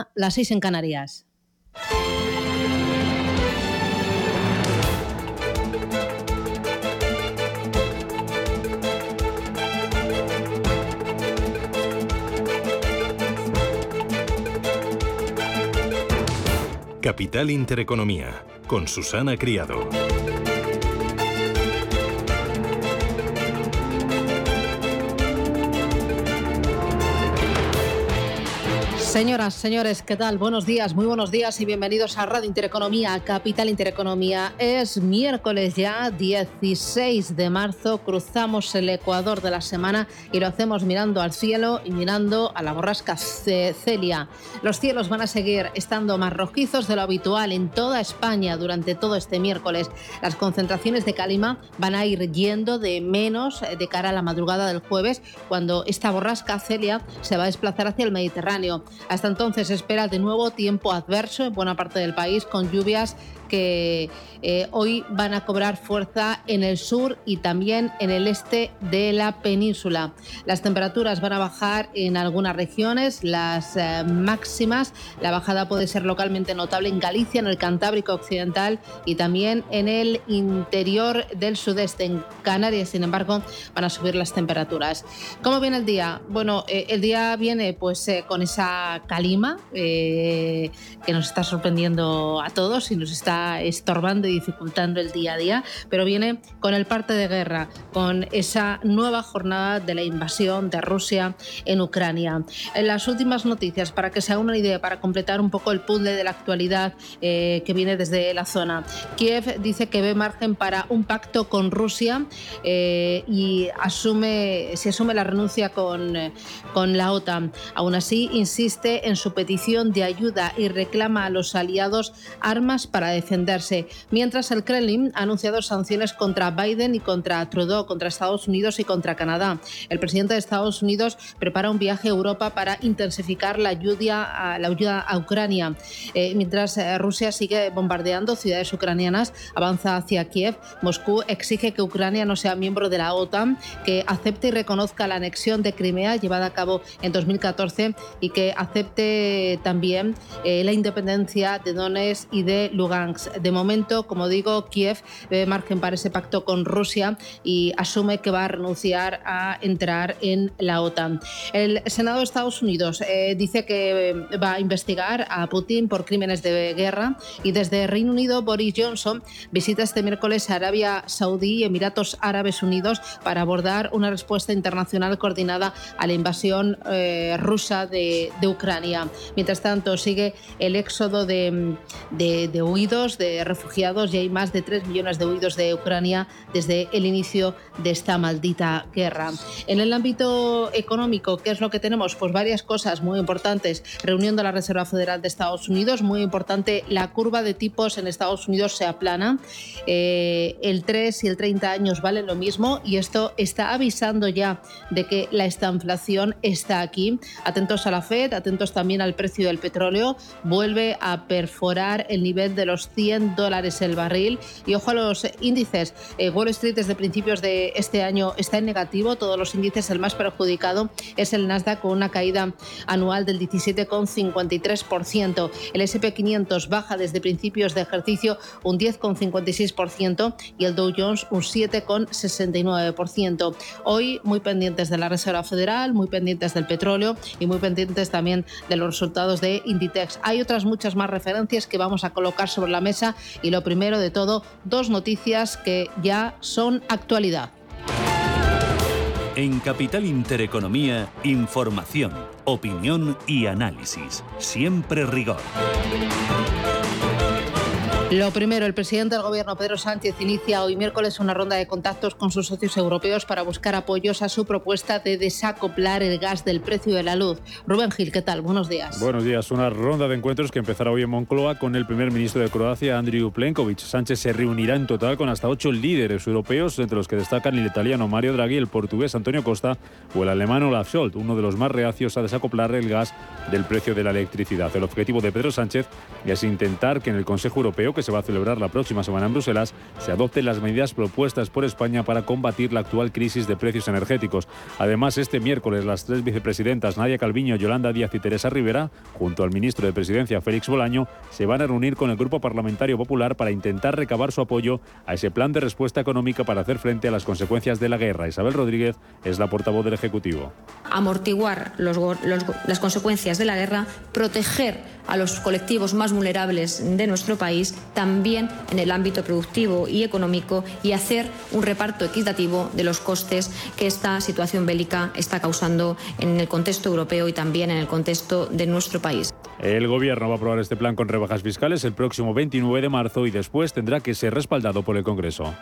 Intereconomía, las 6 en Canarias. Capital Intereconomía, con Susana Criado. Señoras, señores, ¿qué tal? Buenos días, muy buenos días y bienvenidos a Radio Intereconomía, Capital Intereconomía. Es miércoles ya, 16 de marzo, cruzamos el ecuador de la semana y lo hacemos mirando al cielo y mirando a la borrasca Celia. Los cielos van a seguir estando más rojizos de lo habitual en toda España durante todo este miércoles. Las concentraciones de calima van a ir yendo de menos de cara a la madrugada del jueves, cuando esta borrasca Celia se va a desplazar hacia el Mediterráneo. Hasta entonces se espera de nuevo tiempo adverso en buena parte del país, con lluvias que hoy van a cobrar fuerza en el sur y también en el este de la península. Las temperaturas van a bajar en algunas regiones, las máximas. La bajada puede ser localmente notable en Galicia, en el Cantábrico Occidental y también en el interior del sudeste. En Canarias, sin embargo, van a subir las temperaturas. ¿Cómo viene el día? Bueno, el día viene con esa calima que nos está sorprendiendo a todos y nos está estorbando y dificultando el día a día, pero viene con el parte de guerra, con esa nueva jornada de la invasión de Rusia en Ucrania. En las últimas noticias, para que se haga una idea, para completar un poco el puzzle de la actualidad que viene desde la zona, Kiev dice que ve margen para un pacto con Rusia y se asume la renuncia con la OTAN. Aún así, insiste en su petición de ayuda y reclama a los aliados armas para defenderse, mientras el Kremlin ha anunciado sanciones contra Biden y contra Trudeau, contra Estados Unidos y contra Canadá. El presidente de Estados Unidos prepara un viaje a Europa para intensificar la ayuda a Ucrania. Mientras Rusia sigue bombardeando ciudades ucranianas, avanza hacia Kiev. Moscú exige que Ucrania no sea miembro de la OTAN, que acepte y reconozca la anexión de Crimea llevada a cabo en 2014 y que acepte también la independencia de Donetsk y de Lugansk. De momento, como digo, Kiev ve margen para ese pacto con Rusia y asume que va a renunciar a entrar en la OTAN. El Senado de Estados Unidos dice que va a investigar a Putin por crímenes de guerra, y desde Reino Unido Boris Johnson visita este miércoles a Arabia Saudí y Emiratos Árabes Unidos para abordar una respuesta internacional coordinada a la invasión rusa de Ucrania. Mientras tanto, sigue el éxodo de huidos, de refugiados, y hay más de 3 millones de huidos de Ucrania desde el inicio de esta maldita guerra. En el ámbito económico, ¿qué es lo que tenemos? Pues varias cosas muy importantes. Reunión de la Reserva Federal de Estados Unidos, muy importante, la curva de tipos en Estados Unidos se aplana. El 3 y el 30 años valen lo mismo, y esto está avisando ya de que la estanflación está aquí. Atentos a la Fed, atentos también al precio del petróleo. Vuelve a perforar el nivel de los $100 el barril. Y ojo a los índices. Wall Street desde principios de este año está en negativo. Todos los índices, el más perjudicado es el Nasdaq, con una caída anual del 17,53%. El S&P 500 baja desde principios de ejercicio un 10,56% y el Dow Jones un 7,69%. Hoy muy pendientes de la Reserva Federal, muy pendientes del petróleo y muy pendientes también de los resultados de Inditex. Hay otras muchas más referencias que vamos a colocar sobre la mesa, y lo primero de todo, 2 noticias que ya son actualidad. En Capital Intereconomía, información, opinión y análisis. Siempre rigor. Lo primero, el presidente del Gobierno, Pedro Sánchez, inicia hoy miércoles una ronda de contactos con sus socios europeos para buscar apoyos a su propuesta de desacoplar el gas del precio de la luz. Rubén Gil, ¿qué tal? Buenos días. Buenos días. Una ronda de encuentros que empezará hoy en Moncloa con el primer ministro de Croacia, Andriy Plenković. Sánchez se reunirá en total con hasta 8 líderes europeos, entre los que destacan el italiano Mario Draghi, el portugués Antonio Costa o el alemán Olaf Scholz, uno de los más reacios a desacoplar el gas del precio de la electricidad. El objetivo de Pedro Sánchez es intentar que en el Consejo Europeo, que que se va a celebrar la próxima semana en Bruselas, se adopten las medidas propuestas por España para combatir la actual crisis de precios energéticos. Además, este miércoles las 3 vicepresidentas Nadia Calviño, Yolanda Díaz y Teresa Rivera, junto al ministro de Presidencia Félix Bolaño, se van a reunir con el Grupo Parlamentario Popular para intentar recabar su apoyo a ese plan de respuesta económica para hacer frente a las consecuencias de la guerra. Isabel Rodríguez es la portavoz del Ejecutivo. Amortiguar las consecuencias de la guerra, proteger a los colectivos más vulnerables de nuestro país, también en el ámbito productivo y económico, y hacer un reparto equitativo de los costes que esta situación bélica está causando en el contexto europeo y también en el contexto de nuestro país. El Gobierno va a aprobar este plan con rebajas fiscales el próximo 29 de marzo y después tendrá que ser respaldado por el Congreso.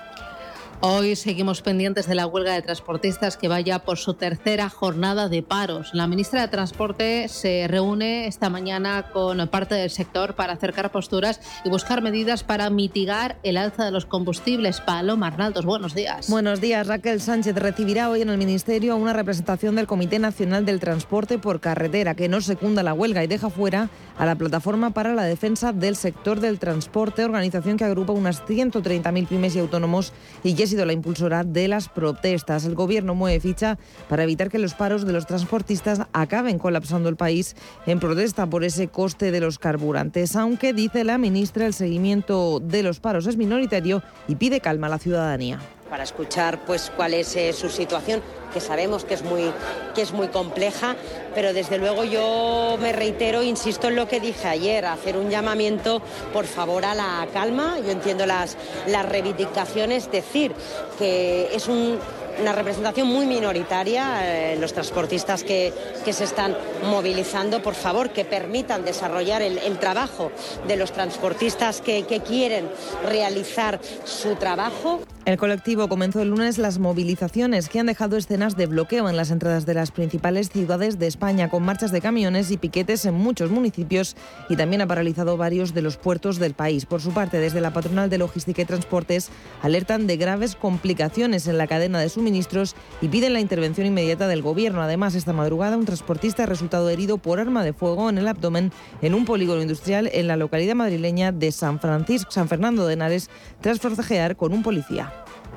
Hoy seguimos pendientes de la huelga de transportistas que vaya por su tercera jornada de paros. La ministra de Transporte se reúne esta mañana con parte del sector para acercar posturas y buscar medidas para mitigar el alza de los combustibles. Paloma Arnaldos, buenos días. Buenos días. Raquel Sánchez recibirá hoy en el Ministerio a una representación del Comité Nacional del Transporte por Carretera, que no secunda la huelga y deja fuera a la Plataforma para la Defensa del Sector del Transporte, organización que agrupa unas 130.000 pymes y autónomos y que ha sido la impulsora de las protestas. El Gobierno mueve ficha para evitar que los paros de los transportistas acaben colapsando el país en protesta por ese coste de los carburantes, aunque, dice la ministra, el seguimiento de los paros es minoritario y pide calma a la ciudadanía. Para escuchar cuál es su situación, que sabemos que es muy compleja, pero desde luego yo me reitero, insisto en lo que dije ayer, hacer un llamamiento por favor a la calma. Yo entiendo las reivindicaciones, decir que es una representación muy minoritaria, los transportistas que se están movilizando, por favor, que permitan desarrollar el trabajo de los transportistas que quieren realizar su trabajo. El colectivo comenzó el lunes las movilizaciones que han dejado escenas de bloqueo en las entradas de las principales ciudades de España, con marchas de camiones y piquetes en muchos municipios, y también ha paralizado varios de los puertos del país. Por su parte, desde la Patronal de Logística y Transportes alertan de graves complicaciones en la cadena de suministros y piden la intervención inmediata del Gobierno. Además, esta madrugada un transportista ha resultado herido por arma de fuego en el abdomen en un polígono industrial en la localidad madrileña de San Fernando de Henares, tras forcejear con un policía.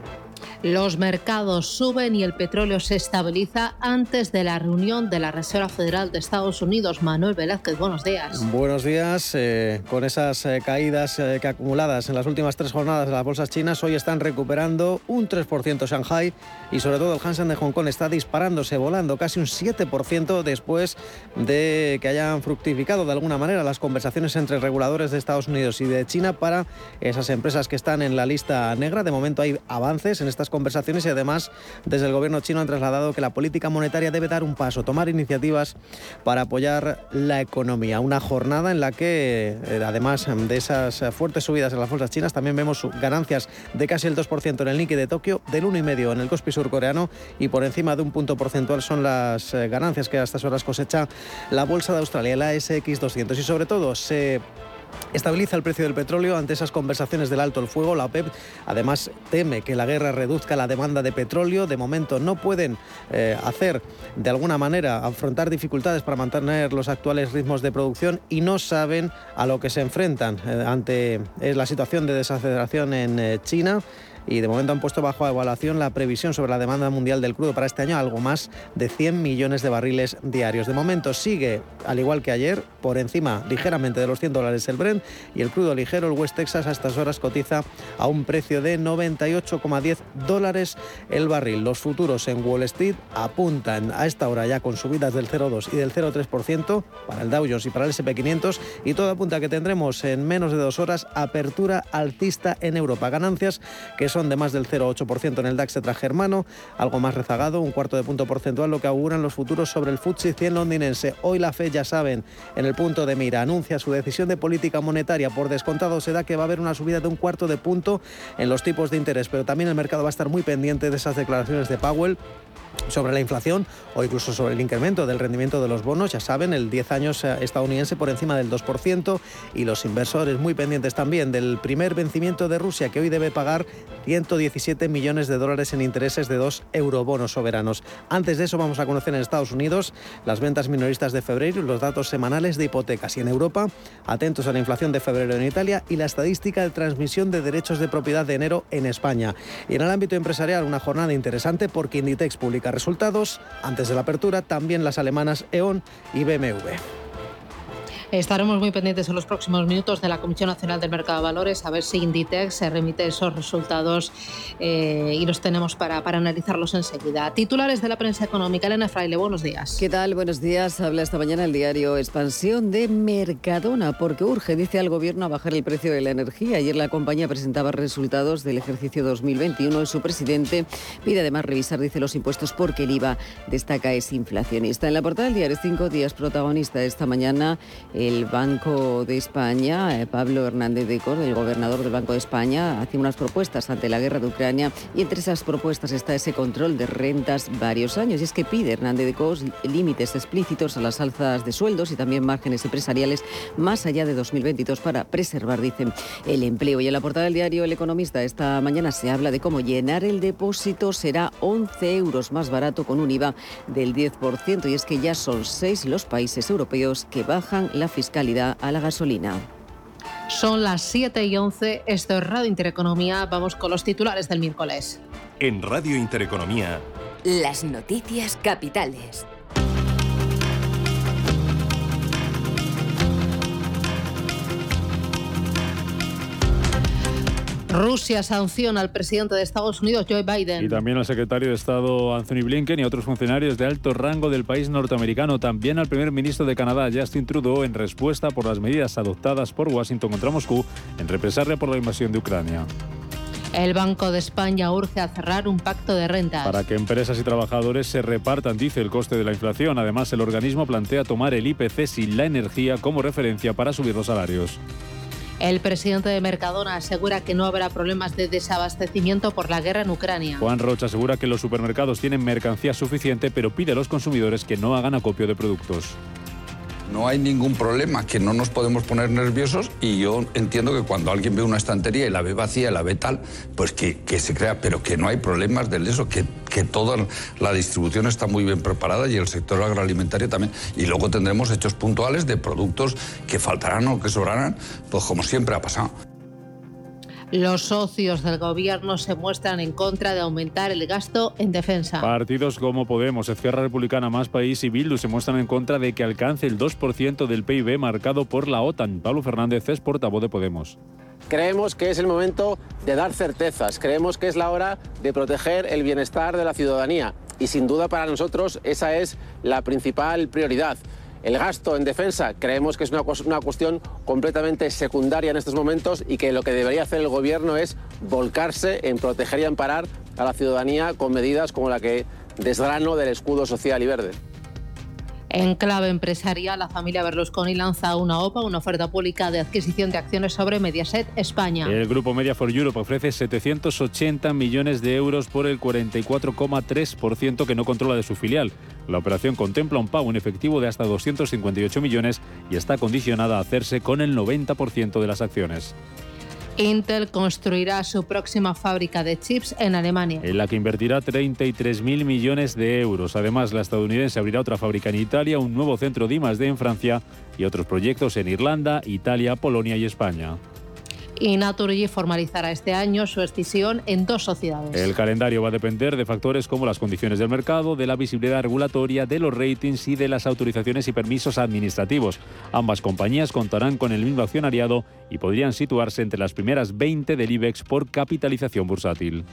Los mercados suben y el petróleo se estabiliza antes de la reunión de la Reserva Federal de Estados Unidos. Manuel Velázquez, buenos días. Buenos días. Con esas caídas que acumuladas en las últimas 3 jornadas de las bolsas chinas, hoy están recuperando un 3% Shanghai y sobre todo el Hang Seng de Hong Kong está disparándose, volando casi un 7% después de que hayan fructificado de alguna manera las conversaciones entre reguladores de Estados Unidos y de China para esas empresas que están en la lista negra. De momento hay avances en estas conversaciones y además desde el gobierno chino han trasladado que la política monetaria debe dar un paso, tomar iniciativas para apoyar la economía. Una jornada en la que además de esas fuertes subidas en las bolsas chinas también vemos ganancias de casi el 2% en el Nikkei de Tokio, del 1,5% en el Kospi surcoreano y por encima de un punto porcentual son las ganancias que a estas horas cosecha la bolsa de Australia, la ASX 200, y sobre todo se estabiliza el precio del petróleo ante esas conversaciones del alto el fuego. La OPEP además teme que la guerra reduzca la demanda de petróleo. De momento no pueden hacer de alguna manera afrontar dificultades para mantener los actuales ritmos de producción y no saben a lo que se enfrentan ante la situación de desaceleración en China. Y de momento han puesto bajo evaluación la previsión sobre la demanda mundial del crudo para este año, algo más de 100 millones de barriles diarios. De momento sigue, al igual que ayer, por encima ligeramente de los $100 el Brent, y el crudo ligero, el West Texas, a estas horas cotiza a un precio de $98,10 el barril. Los futuros en Wall Street apuntan a esta hora ya con subidas del 0,2 y del 0,3% para el Dow Jones y para el S&P 500, y todo apunta a que tendremos en menos de 2 horas apertura alcista en Europa. Ganancias que son de más del 0,8% en el DAX germano, algo más rezagado, un cuarto de punto porcentual, lo que auguran los futuros sobre el FTSE 100 londinense. Hoy la FED, ya saben, en el punto de mira, anuncia su decisión de política monetaria. Por descontado se da que va a haber una subida de un cuarto de punto en los tipos de interés, pero también el mercado va a estar muy pendiente de esas declaraciones de Powell sobre la inflación o incluso sobre el incremento del rendimiento de los bonos. Ya saben, el 10 años estadounidense por encima del 2% y los inversores muy pendientes también del primer vencimiento de Rusia, que hoy debe pagar 117 millones de dólares en intereses de 2 eurobonos soberanos. Antes de eso vamos a conocer en Estados Unidos las ventas minoristas de febrero y los datos semanales de hipotecas. Y en Europa, atentos a la inflación de febrero en Italia y la estadística de transmisión de derechos de propiedad de enero en España. Y en el ámbito empresarial, una jornada interesante porque Inditex publica resultados. Antes de la apertura, también las alemanas E.ON y BMW. Estaremos muy pendientes en los próximos minutos de la Comisión Nacional del Mercado de Valores a ver si Inditex se remite esos resultados y los tenemos para analizarlos enseguida. Titulares de la prensa económica. Elena Fraile, buenos días. ¿Qué tal? Buenos días. Habla esta mañana el diario Expansión de Mercadona porque urge, dice al Gobierno, a bajar el precio de la energía. Ayer la compañía presentaba resultados del ejercicio 2021 y su presidente pide además revisar, dice, los impuestos porque el IVA, destaca, es inflacionista. En la portada del diario 5 Días, protagonista esta mañana el Banco de España. Pablo Hernández de Cos, el gobernador del Banco de España, hace unas propuestas ante la guerra de Ucrania y entre esas propuestas está ese control de rentas varios años. Y es que pide Hernández de Cos límites explícitos a las alzas de sueldos y también márgenes empresariales más allá de 2022 para preservar, dicen, el empleo. Y en la portada del diario El Economista esta mañana se habla de cómo llenar el depósito será 11 euros más barato con un IVA del 10%. Y es que ya son 6 los países europeos que bajan la fiscalidad a la gasolina. Son las 7:11, esto es Radio Intereconomía, vamos con los titulares del miércoles. En Radio Intereconomía, las noticias capitales. Rusia sanciona al presidente de Estados Unidos, Joe Biden. Y también al secretario de Estado, Anthony Blinken, y a otros funcionarios de alto rango del país norteamericano. También al primer ministro de Canadá, Justin Trudeau, en respuesta por las medidas adoptadas por Washington contra Moscú en represalia por la invasión de Ucrania. El Banco de España urge a cerrar un pacto de rentas. Para que empresas y trabajadores se repartan, dice, el coste de la inflación. Además, el organismo plantea tomar el IPC sin la energía como referencia para subir los salarios. El presidente de Mercadona asegura que no habrá problemas de desabastecimiento por la guerra en Ucrania. Juan Rocha asegura que los supermercados tienen mercancía suficiente, pero pide a los consumidores que no hagan acopio de productos. No hay ningún problema, que no nos podemos poner nerviosos, y yo entiendo que cuando alguien ve una estantería y la ve vacía, la ve tal, pues que se crea, pero que no hay problemas de eso, que toda la distribución está muy bien preparada y el sector agroalimentario también. Y luego tendremos hechos puntuales de productos que faltarán o que sobrarán, pues como siempre ha pasado. Los socios del gobierno se muestran en contra de aumentar el gasto en defensa. Partidos como Podemos, Esquerra Republicana, Más País y Bildu se muestran en contra de que alcance el 2% del PIB marcado por la OTAN. Pablo Fernández es portavoz de Podemos. Creemos que es el momento de dar certezas, creemos que es la hora de proteger el bienestar de la ciudadanía y sin duda para nosotros esa es la principal prioridad. El gasto en defensa creemos que es una cuestión completamente secundaria en estos momentos y que lo que debería hacer el gobierno es volcarse en proteger y amparar a la ciudadanía con medidas como la que desgrano del escudo social y verde. En clave empresarial, la familia Berlusconi lanza una OPA, una oferta pública de adquisición de acciones sobre Mediaset España. El grupo Media for Europe ofrece 780 millones de euros por el 44,3% que no controla de su filial. La operación contempla un pago en efectivo de hasta 258 millones y está condicionada a hacerse con el 90% de las acciones. Intel construirá su próxima fábrica de chips en Alemania, en la que invertirá 33.000 millones de euros. Además, la estadounidense abrirá otra fábrica en Italia, un nuevo centro de I+D en Francia y otros proyectos en Irlanda, Italia, Polonia y España. Y Naturgy formalizará este año su escisión en 2 sociedades. El calendario va a depender de factores como las condiciones del mercado, de la visibilidad regulatoria, de los ratings y de las autorizaciones y permisos administrativos. Ambas compañías contarán con el mismo accionariado y podrían situarse entre las primeras 20 del IBEX por capitalización bursátil.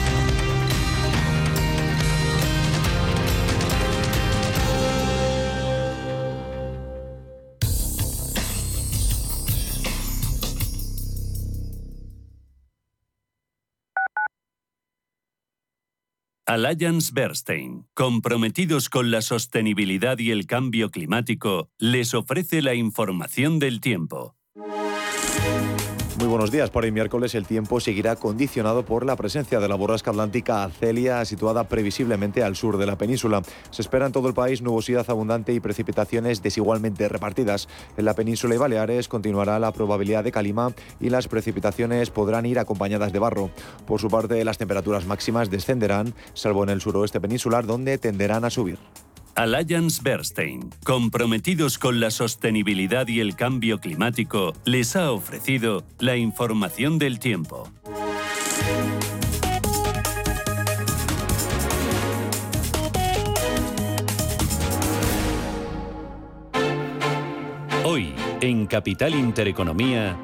Allianz Bernstein, comprometidos con la sostenibilidad y el cambio climático, les ofrece la información del tiempo. Muy buenos días. Por hoy miércoles el tiempo seguirá condicionado por la presencia de la borrasca atlántica Celia, situada previsiblemente al sur de la península. Se espera en todo el país nubosidad abundante y precipitaciones desigualmente repartidas. En la península y Baleares continuará la probabilidad de calima y las precipitaciones podrán ir acompañadas de barro. Por su parte, las temperaturas máximas descenderán, salvo en el suroeste peninsular, donde tenderán a subir. Allianz Bernstein, comprometidos con la sostenibilidad y el cambio climático, les ha ofrecido la información del tiempo. Hoy, en Capital Intereconomía...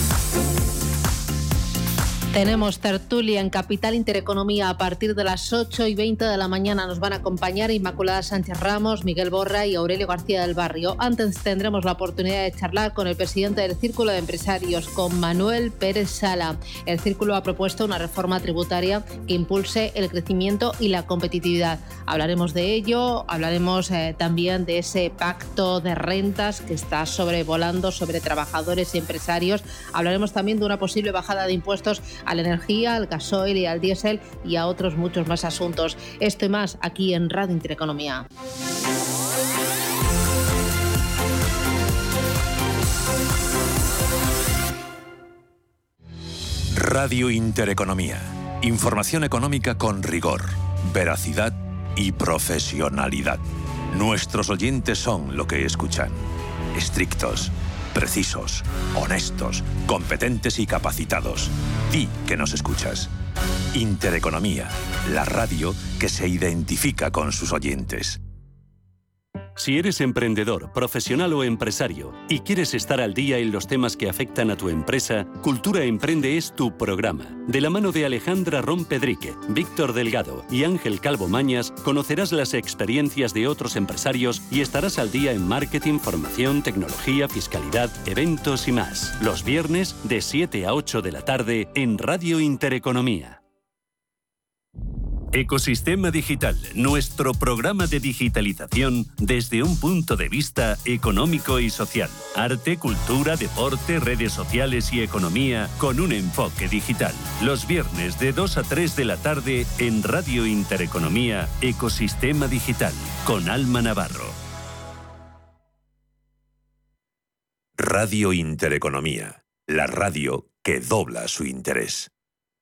Tenemos tertulia en Capital Intereconomía a partir de las 8:20 de la mañana. Nos van a acompañar Inmaculada Sánchez Ramos, Miguel Borra y Aurelio García del Barrio. Antes tendremos la oportunidad de charlar con el presidente del Círculo de Empresarios, con Manuel Pérez Sala. El Círculo ha propuesto una reforma tributaria que impulse el crecimiento y la competitividad. Hablaremos de ello, hablaremos también de ese pacto de rentas que está sobrevolando sobre trabajadores y empresarios. Hablaremos también de una posible bajada de impuestos a la energía, al gasoil y al diésel y a otros muchos más asuntos. Esto y más aquí en Radio Intereconomía. Radio Intereconomía. Información económica con rigor, veracidad y profesionalidad. Nuestros oyentes son lo que escuchan. Estrictos, precisos, honestos, competentes y capacitados. Di que nos escuchas. Intereconomía, la radio que se identifica con sus oyentes. Si eres emprendedor, profesional o empresario y quieres estar al día en los temas que afectan a tu empresa, Cultura Emprende es tu programa. De la mano de Alejandra Rompedrique, Víctor Delgado y Ángel Calvo Mañas, conocerás las experiencias de otros empresarios y estarás al día en marketing, formación, tecnología, fiscalidad, eventos y más. Los viernes de 7 a 8 de la tarde en Radio Intereconomía. Ecosistema Digital, nuestro programa de digitalización desde un punto de vista económico y social. Arte, cultura, deporte, redes sociales y economía con un enfoque digital. Los viernes de 2 a 3 de la tarde en Radio Intereconomía, Ecosistema Digital, con Alma Navarro. Radio Intereconomía, la radio que dobla su interés.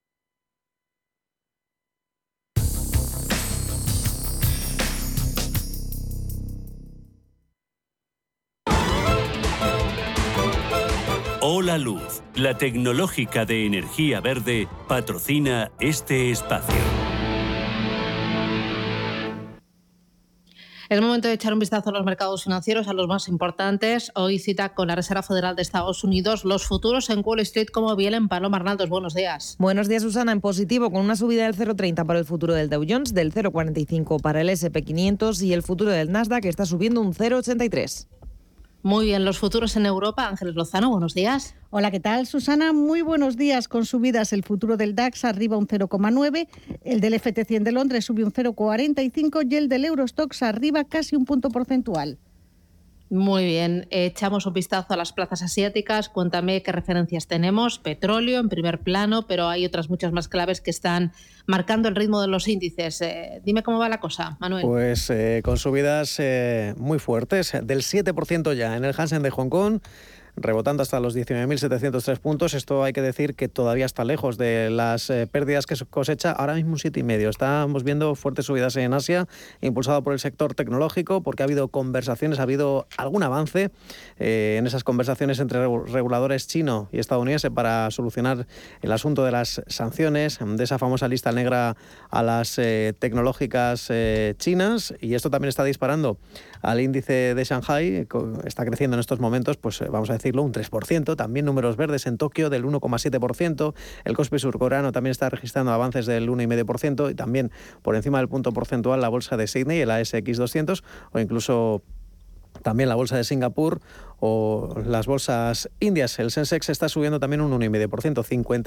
Hola Luz, la tecnológica de energía verde, patrocina este espacio. Es momento de echar un vistazo a los mercados financieros, a los más importantes. Hoy cita con la Reserva Federal de Estados Unidos. Los futuros en Wall Street, ¿cómo vienen? Paloma Arnaldos, buenos días. Buenos días, Susana. En positivo, con una subida del 0,30 para el futuro del Dow Jones, del 0,45 para el S&P 500 y el futuro del Nasdaq, que está subiendo un 0,83. Muy bien, los futuros en Europa. Ángeles Lozano, buenos días. Hola, ¿qué tal, Susana? Muy buenos días. Con subidas, el futuro del DAX arriba un 0,9, el del FT100 de Londres sube un 0,45 y el del Eurostoxx arriba casi un punto porcentual. Muy bien, echamos un vistazo a las plazas asiáticas. Cuéntame qué referencias tenemos. Petróleo en primer plano, pero hay otras muchas más claves que están marcando el ritmo de los índices. Dime cómo va la cosa, Manuel. Pues con subidas muy fuertes, del 7% ya en el Hansen de Hong Kong, rebotando hasta los 19.703 puntos. Esto hay que decir que todavía está lejos de las pérdidas que cosecha ahora mismo un 7,5. Estamos viendo fuertes subidas en Asia, impulsado por el sector tecnológico, porque ha habido conversaciones, ha habido algún avance en esas conversaciones entre reguladores chino y estadounidense para solucionar el asunto de las sanciones, de esa famosa lista negra a las tecnológicas chinas, y esto también está disparando al índice de Shanghai. Está creciendo en estos momentos, pues vamos a decirlo, un 3%, también números verdes en Tokio del 1,7%, el Kospi surcoreano también está registrando avances del 1,5% y también por encima del punto porcentual la bolsa de Sydney, el ASX 200, o incluso también la bolsa de Singapur o las bolsas indias. El Sensex está subiendo también un 1,5%,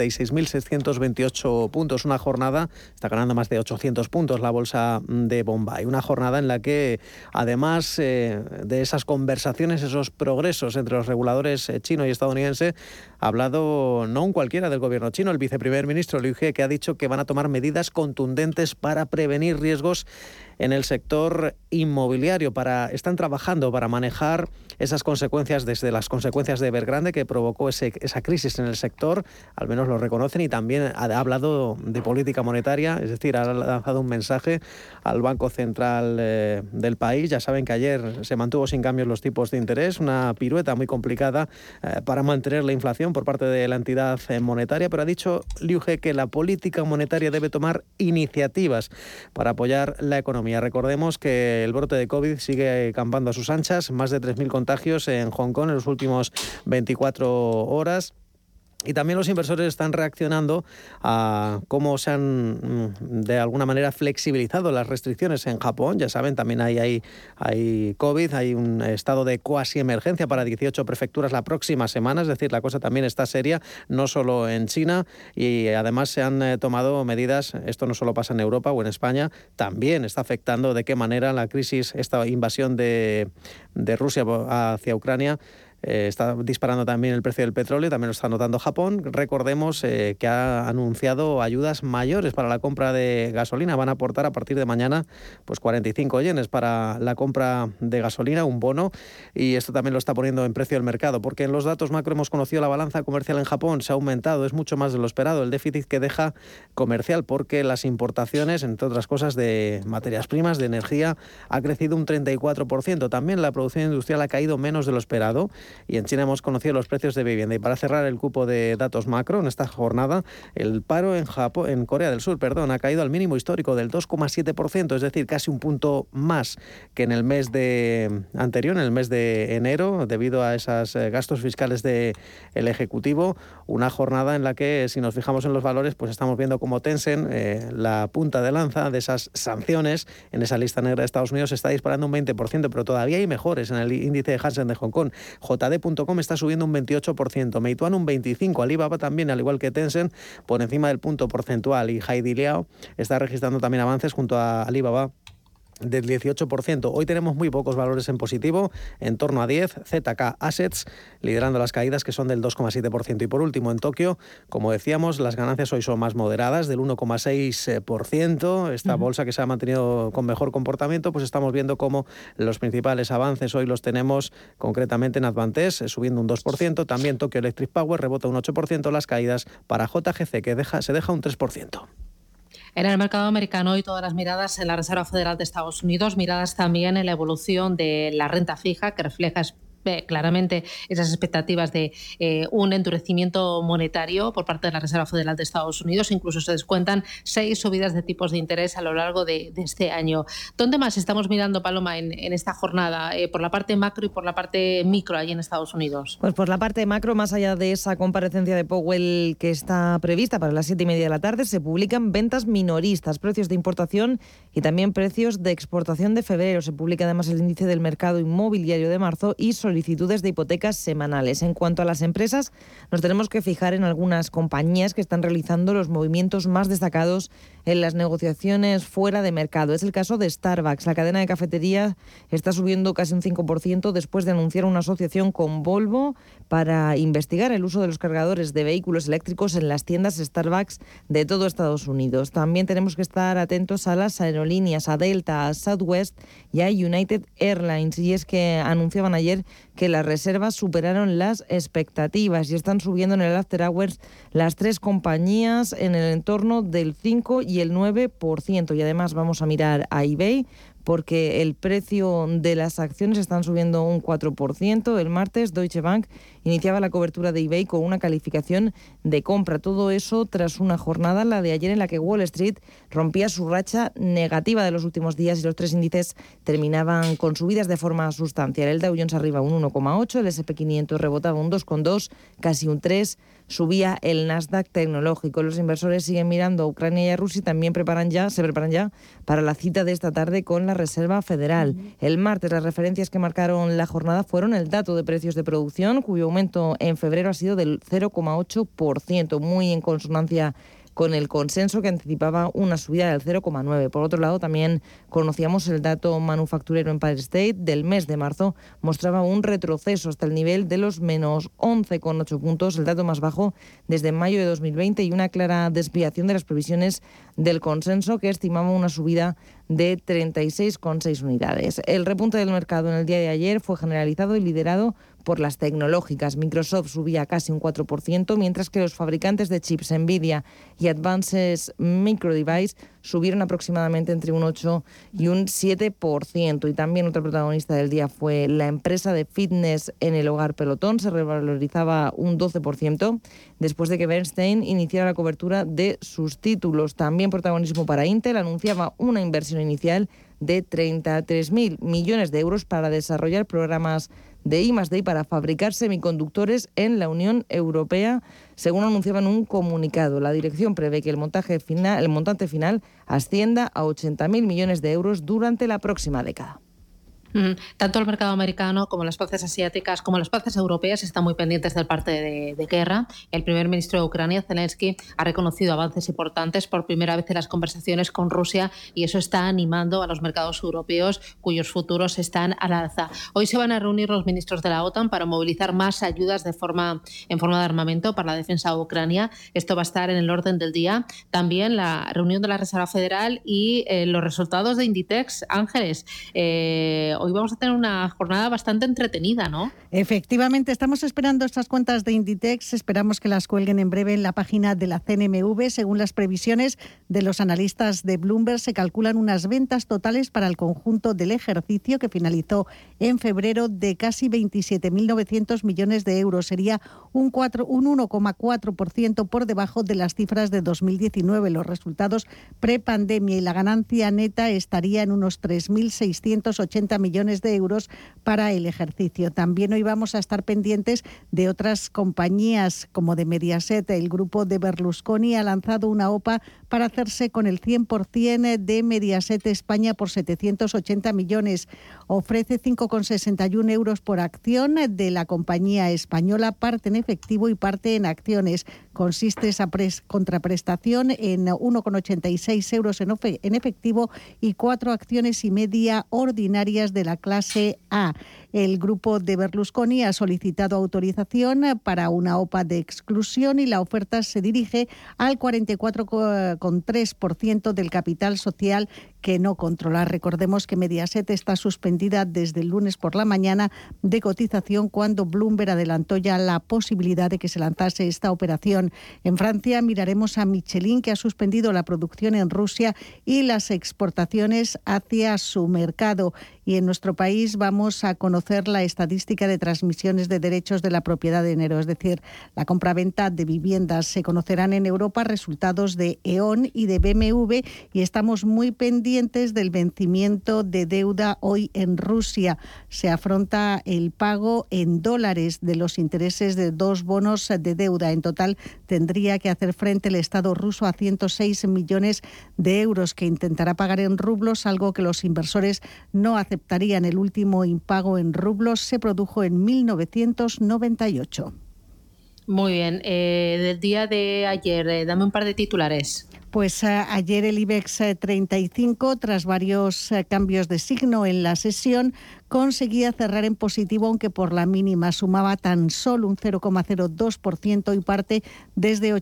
56.628 puntos. Una jornada, está ganando más de 800 puntos la bolsa de Bombay. Una jornada en la que, además de esas conversaciones, esos progresos entre los reguladores chino y estadounidense, ha hablado no un cualquiera del gobierno chino, el viceprimer ministro Liu He, que ha dicho que van a tomar medidas contundentes para prevenir riesgos en el sector inmobiliario. Están trabajando para manejar esas consecuencias, desde las consecuencias de Evergrande, que provocó esa crisis en el sector, al menos lo reconocen, y también ha hablado de política monetaria, es decir, ha lanzado un mensaje al Banco Central del país. Ya saben que ayer se mantuvo sin cambios los tipos de interés, una pirueta muy complicada para mantener la inflación por parte de la entidad monetaria, pero ha dicho Liu He que la política monetaria debe tomar iniciativas para apoyar la economía. Recordemos que el brote de COVID sigue campando a sus anchas, más de 3.000 contagios en Hong Kong en los últimos 24 horas. Y también los inversores están reaccionando a cómo se han, de alguna manera, flexibilizado las restricciones en Japón. Ya saben, también hay COVID, hay un estado de cuasi emergencia para 18 prefecturas la próxima semana. Es decir, la cosa también está seria, no solo en China. Y además se han tomado medidas, esto no solo pasa en Europa o en España, también está afectando de qué manera la crisis, esta invasión de Rusia hacia Ucrania, está disparando también el precio del petróleo, también lo está notando Japón. Recordemos que ha anunciado ayudas mayores para la compra de gasolina. Van a aportar a partir de mañana pues 45 yenes para la compra de gasolina, un bono, y esto también lo está poniendo en precio el mercado, porque en los datos macro hemos conocido la balanza comercial en Japón, se ha aumentado, es mucho más de lo esperado, el déficit que deja comercial, porque las importaciones, entre otras cosas, de materias primas, de energía, ha crecido un 34%. También la producción industrial ha caído menos de lo esperado. Y en China hemos conocido los precios de vivienda. Y para cerrar el cupo de datos macro en esta jornada, el paro en Corea del Sur, ha caído al mínimo histórico del 2,7%, es decir, casi un punto más que en el mes anterior, en el mes de enero, debido a esos gastos fiscales del Ejecutivo. Una jornada en la que, si nos fijamos en los valores, pues estamos viendo como Tencent, la punta de lanza de esas sanciones en esa lista negra de Estados Unidos, está disparando un 20%, pero todavía hay mejores en el índice de Hansen de Hong Kong. JD.com está subiendo un 28%, Meituan un 25%, Alibaba también, al igual que Tencent, por encima del punto porcentual, y Haidilao está registrando también avances junto a Alibaba del 18%. Hoy tenemos muy pocos valores en positivo, en torno a 10, ZK Assets liderando las caídas, que son del 2,7%. Y por último, en Tokio, como decíamos, las ganancias hoy son más moderadas, del 1,6%. Esta bolsa que se ha mantenido con mejor comportamiento, pues estamos viendo cómo los principales avances hoy los tenemos concretamente en Advantes, subiendo un 2%. También Tokyo Electric Power rebota un 8%. Las caídas para JGC, que se deja un 3%. En el mercado americano hoy todas las miradas en la Reserva Federal de Estados Unidos, miradas también en la evolución de la renta fija, que refleja claramente esas expectativas de un endurecimiento monetario por parte de la Reserva Federal de Estados Unidos. Incluso se descuentan 6 subidas de tipos de interés a lo largo de este año. ¿Dónde más estamos mirando, Paloma, en esta jornada? ¿Por la parte macro y por la parte micro allí en Estados Unidos? Pues por la parte macro, más allá de esa comparecencia de Powell que está prevista para las 7:30 de la tarde, se publican ventas minoristas, precios de importación y también precios de exportación de febrero. Se publica además el índice del mercado inmobiliario de marzo y solicitudes de hipotecas semanales. En cuanto a las empresas, nos tenemos que fijar en algunas compañías que están realizando los movimientos más destacados en las negociaciones fuera de mercado. Es el caso de Starbucks. La cadena de cafeterías está subiendo casi un 5% después de anunciar una asociación con Volvo para investigar el uso de los cargadores de vehículos eléctricos en las tiendas Starbucks de todo Estados Unidos. También tenemos que estar atentos a las aerolíneas, a Delta, a Southwest y a United Airlines. Y es que anunciaban ayer que las reservas superaron las expectativas y están subiendo en el After Hours las 3 compañías en el entorno del 5 y el 9%. Y además vamos a mirar a eBay, porque el precio de las acciones están subiendo un 4%. El martes Deutsche Bank iniciaba la cobertura de eBay con una calificación de compra. Todo eso tras una jornada, la de ayer, en la que Wall Street rompía su racha negativa de los últimos días y los 3 índices terminaban con subidas de forma sustancial. El Dow Jones arriba un 1,8, el S&P 500 rebotaba un 2,2, casi un 3, subía el Nasdaq tecnológico. Los inversores siguen mirando a Ucrania y a Rusia y también se preparan ya para la cita de esta tarde con la la Reserva Federal. El martes las referencias que marcaron la jornada fueron el dato de precios de producción, cuyo aumento en febrero ha sido del 0,8%, muy en consonancia con el consenso que anticipaba una subida del 0,9%. Por otro lado, también conocíamos el dato manufacturero Empire State del mes de marzo, mostraba un retroceso hasta el nivel de los menos 11,8 puntos, el dato más bajo desde mayo de 2020 y una clara desviación de las previsiones del consenso, que estimaba una subida de 36,6 unidades. El repunte del mercado en el día de ayer fue generalizado y liderado por las tecnológicas. Microsoft subía casi un 4%, mientras que los fabricantes de chips Nvidia y Advanced Micro Device subieron aproximadamente entre un 8 y un 7%. Y también otro protagonista del día fue la empresa de fitness en el hogar Pelotón. Se revalorizaba un 12% después de que Bernstein iniciara la cobertura de sus títulos. También protagonismo para Intel. Anunciaba una inversión inicial de 33.000 millones de euros para desarrollar programas de I+D para fabricar semiconductores en la Unión Europea, según anunciaba en un comunicado. La dirección prevé que el montante final ascienda a 80.000 millones de euros durante la próxima década. Tanto el mercado americano como las plazas asiáticas como las plazas europeas están muy pendientes del parte de guerra. El primer ministro de Ucrania, Zelensky, ha reconocido avances importantes por primera vez en las conversaciones con Rusia y eso está animando a los mercados europeos cuyos futuros están al alza. Hoy se van a reunir los ministros de la OTAN para movilizar más ayudas en forma de armamento para la defensa de Ucrania. Esto va a estar en el orden del día. También la reunión de la Reserva Federal y los resultados de Inditex. Ángeles, hoy vamos a tener una jornada bastante entretenida, ¿no? Efectivamente, estamos esperando estas cuentas de Inditex. Esperamos que las cuelguen en breve en la página de la CNMV. Según las previsiones de los analistas de Bloomberg, se calculan unas ventas totales para el conjunto del ejercicio que finalizó en febrero de casi 27.900 millones de euros. Sería un 1,4% por debajo de las cifras de 2019. Los resultados prepandemia y la ganancia neta estaría en unos 3.680 millones de euros para el ejercicio. También hoy vamos a estar pendientes de otras compañías como de Mediaset. El grupo de Berlusconi ha lanzado una OPA para hacerse con el 100% de Mediaset España por 780 millones. Ofrece 5,61 euros por acción de la compañía española, parte en efectivo y parte en acciones. Consiste esa contraprestación en 1,86 euros en efectivo y 4 acciones y media ordinarias de la clase A. El grupo de Berlusconi ha solicitado autorización para una OPA de exclusión y la oferta se dirige al 44,3% del capital social que no controla. Recordemos que Mediaset está suspendida desde el lunes por la mañana de cotización cuando Bloomberg adelantó ya la posibilidad de que se lanzase esta operación. En Francia miraremos a Michelin, que ha suspendido la producción en Rusia y las exportaciones hacia su mercado. Y en nuestro país vamos a conocer la estadística de transmisiones de derechos de la propiedad de enero, es decir, la compraventa de viviendas. Se conocerán en Europa resultados de E.ON y de BMW y estamos muy pendientes del vencimiento de deuda hoy en Rusia. Se afronta el pago en dólares de los intereses de 2 bonos de deuda. En total tendría que hacer frente el Estado ruso a 106 millones de euros que intentará pagar en rublos, algo que los inversores no aceptarían. El último impago en rublos se produjo en 1998. Muy bien. Del día de ayer, dame un par de titulares. Pues ayer el IBEX 35, tras varios cambios de signo en la sesión, conseguía cerrar en positivo, aunque por la mínima sumaba tan solo un 0,02% y parte desde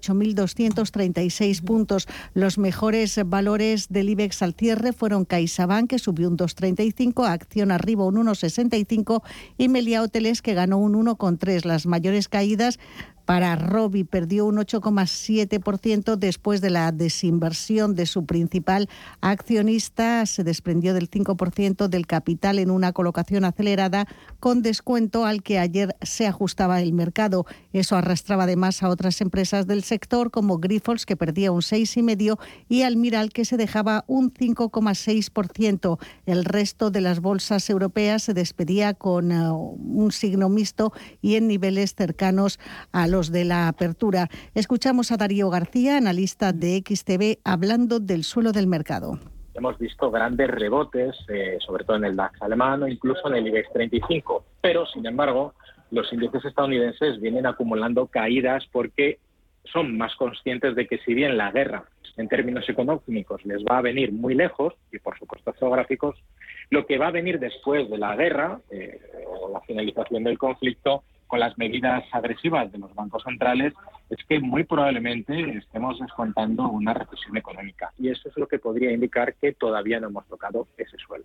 8.236 puntos. Los mejores valores del IBEX al cierre fueron CaixaBank, que subió un 2,35, Acción arriba un 1,65 y Meliá Hoteles, que ganó un 1,3. Las mayores caídas para Robi, perdió un 8,7% después de la desinversión de su principal accionista. Se desprendió del 5% del capital en una colocación acelerada con descuento al que ayer se ajustaba el mercado. Eso arrastraba además a otras empresas del sector como Grifols, que perdía un 6,5%, y Almiral, que se dejaba un 5,6%. El resto de las bolsas europeas se despedía con un signo mixto y en niveles cercanos a los de la apertura. Escuchamos a Darío García, analista de XTB, hablando del suelo del mercado. hemos visto grandes rebotes, sobre todo en el DAX alemán o incluso en el IBEX 35. Pero, sin embargo, los índices estadounidenses vienen acumulando caídas porque son más conscientes de que si bien la guerra en términos económicos les va a venir muy lejos, y por supuesto geográficos, lo que va a venir después de la guerra o la finalización del conflicto con las medidas agresivas de los bancos centrales es que muy probablemente estemos descontando una recesión económica. Y eso es lo que podría indicar que todavía no hemos tocado ese suelo.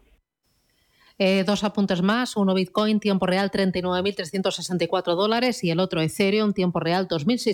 2 apuntes más, uno Bitcoin, tiempo real $39.364 y el otro Ethereum, tiempo real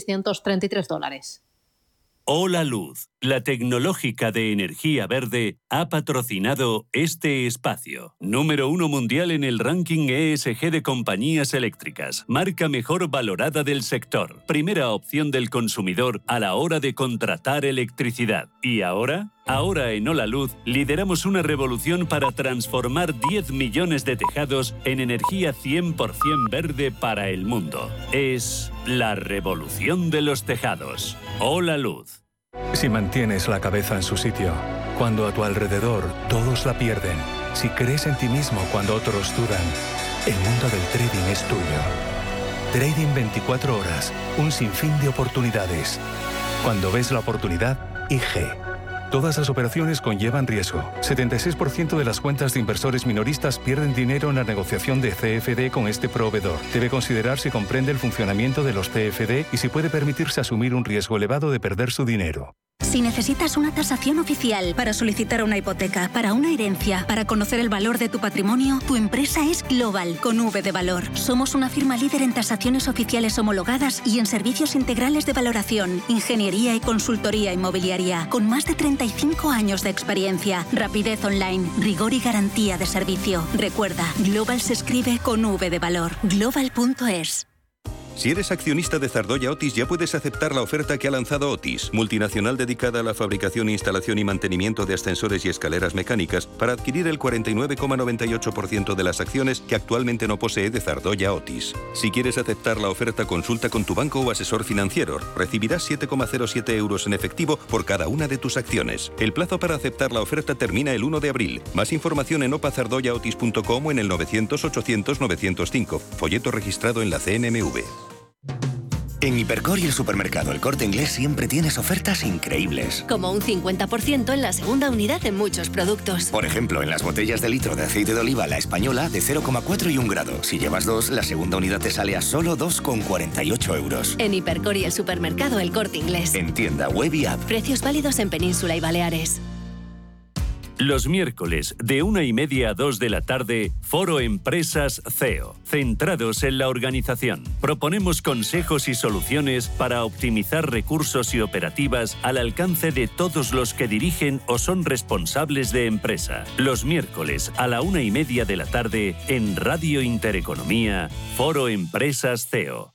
$2.633. Hola Luz, la tecnológica de energía verde, ha patrocinado este espacio. Número 1 mundial en el ranking ESG de compañías eléctricas. Marca mejor valorada del sector. Primera opción del consumidor a la hora de contratar electricidad. ¿Y ahora? Ahora en Hola Luz lideramos una revolución para transformar 10 millones de tejados en energía 100% verde para el mundo. Es la revolución de los tejados. Hola Luz. Si mantienes la cabeza en su sitio, cuando a tu alrededor todos la pierden, si crees en ti mismo cuando otros dudan, el mundo del trading es tuyo. Trading 24 horas, un sinfín de oportunidades. Cuando ves la oportunidad, IG. Todas las operaciones conllevan riesgo. 76% de las cuentas de inversores minoristas pierden dinero en la negociación de CFD con este proveedor. Debe considerar si comprende el funcionamiento de los CFD y si puede permitirse asumir un riesgo elevado de perder su dinero. Si necesitas una tasación oficial para solicitar una hipoteca, para una herencia, para conocer el valor de tu patrimonio, tu empresa es Global, con V de valor. Somos una firma líder en tasaciones oficiales homologadas y en servicios integrales de valoración, ingeniería y consultoría inmobiliaria, con más de 35 años de experiencia, rapidez online, rigor y garantía de servicio. Recuerda, Global se escribe con V de valor. Global.es. Si eres accionista de Zardoya Otis, ya puedes aceptar la oferta que ha lanzado Otis, multinacional dedicada a la fabricación, instalación y mantenimiento de ascensores y escaleras mecánicas, para adquirir el 49,98% de las acciones que actualmente no posee de Zardoya Otis. Si quieres aceptar la oferta, consulta con tu banco o asesor financiero. Recibirás 7,07 euros en efectivo por cada una de tus acciones. El plazo para aceptar la oferta termina el 1 de abril. Más información en opazardoyaotis.com o en el 900 800 905. Folleto registrado en la CNMV. En Hipercor y el supermercado El Corte Inglés siempre tienes ofertas increíbles. Como un 50% en la segunda unidad en muchos productos. Por ejemplo, en las botellas de litro de aceite de oliva La Española de 0,4 y 1 grado. Si llevas 2, la segunda unidad te sale a solo 2,48 euros. En Hipercor y el supermercado El Corte Inglés. En tienda, web y app. Precios válidos en Península y Baleares. Los miércoles, de 1:30 a 2 de la tarde, Foro Empresas CEO, centrados en la organización. Proponemos consejos y soluciones para optimizar recursos y operativas al alcance de todos los que dirigen o son responsables de empresa. Los miércoles, a la 1:30 de la tarde, en Radio Intereconomía, Foro Empresas CEO.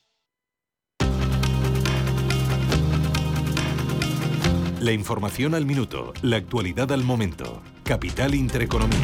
La información al minuto, la actualidad al momento. Capital Intereconomía.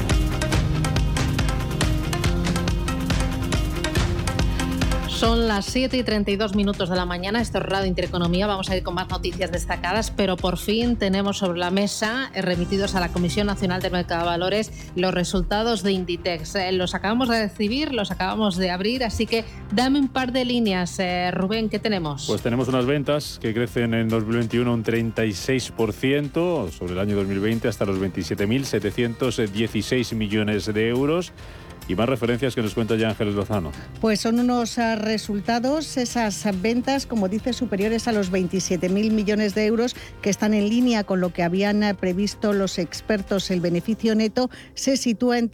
Son las 7:32 de la mañana, esto es Radio Intereconomía, vamos a ir con más noticias destacadas, pero por fin tenemos sobre la mesa, remitidos a la Comisión Nacional del Mercado de Valores, los resultados de Inditex. Los acabamos de recibir, los acabamos de abrir, así que dame un par de líneas. Rubén, ¿qué tenemos? Pues tenemos unas ventas que crecen en 2021 un 36% sobre el año 2020 hasta los 27.716 millones de euros. Y más referencias que nos cuenta ya Ángeles Lozano. Pues son unos resultados, esas ventas, como dice, superiores a los 27.000 millones de euros, que están en línea con lo que habían previsto los expertos. El beneficio neto se sitúa en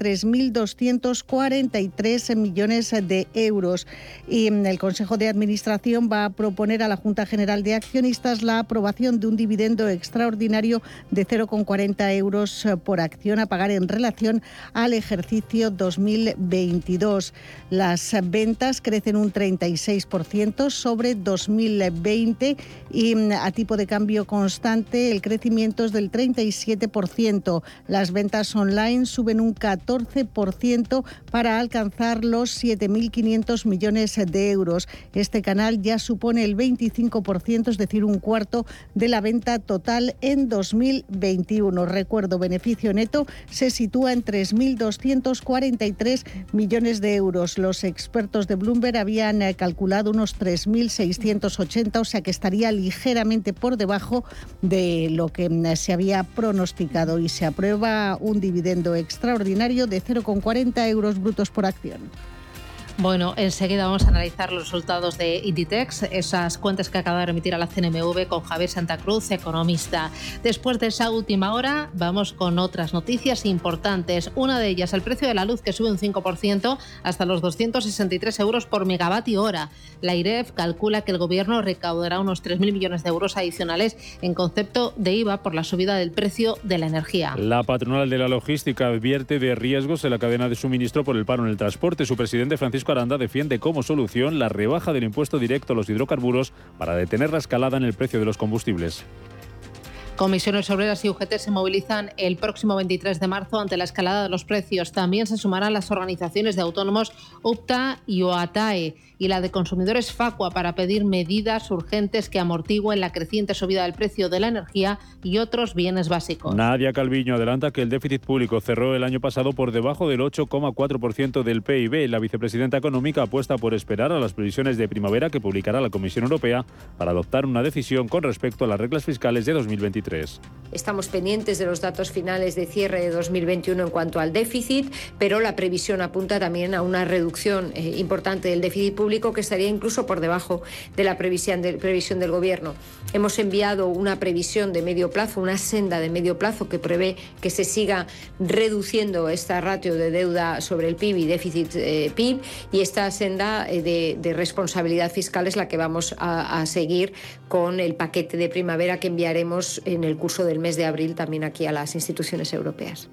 3.243 millones de euros. Y el Consejo de Administración va a proponer a la Junta General de Accionistas la aprobación de un dividendo extraordinario de 0,40 euros por acción a pagar en relación al ejercicio 2020. 2022. Las ventas crecen un 36% sobre 2020 y a tipo de cambio constante el crecimiento es del 37%. Las ventas online suben un 14% para alcanzar los 7.500 millones de euros. Este canal ya supone el 25%, es decir, un cuarto de la venta total en 2021. Recuerdo, beneficio neto se sitúa en 3.243 millones de euros. Los expertos de Bloomberg habían calculado unos 3.680, o sea que estaría ligeramente por debajo de lo que se había pronosticado, y se aprueba un dividendo extraordinario de 0,40 euros brutos por acción. Bueno, enseguida vamos a analizar los resultados de Inditex, esas cuentas que acaba de remitir a la CNMV con Javier Santa Cruz, economista. Después de esa última hora, vamos con otras noticias importantes. Una de ellas, el precio de la luz, que sube un 5% hasta los 263 euros por megavatio hora. La IREF calcula que el Gobierno recaudará unos 3.000 millones de euros adicionales en concepto de IVA por la subida del precio de la energía. La patronal de la logística advierte de riesgos en la cadena de suministro por el paro en el transporte. Su presidente, Francisco Aranda, defiende como solución la rebaja del impuesto directo a los hidrocarburos para detener la escalada en el precio de los combustibles. Comisiones Obreras y UGT se movilizan el próximo 23 de marzo ante la escalada de los precios. También se sumarán las organizaciones de autónomos UPTA y OATAE y la de consumidores Facua para pedir medidas urgentes que amortigüen la creciente subida del precio de la energía y otros bienes básicos. Nadia Calviño adelanta que el déficit público cerró el año pasado por debajo del 8,4% del PIB. La vicepresidenta económica apuesta por esperar a las previsiones de primavera que publicará la Comisión Europea para adoptar una decisión con respecto a las reglas fiscales de 2023. Estamos pendientes de los datos finales de cierre de 2021 en cuanto al déficit, pero la previsión apunta también a una reducción importante del déficit público, que estaría incluso por debajo de la previsión del Gobierno. Hemos enviado una previsión de medio plazo, una senda de medio plazo que prevé que se siga reduciendo esta ratio de deuda sobre el PIB y déficit PIB, y esta senda de responsabilidad fiscal es la que vamos a seguir con el paquete de primavera que enviaremos en el curso del mes de abril también aquí a las instituciones europeas.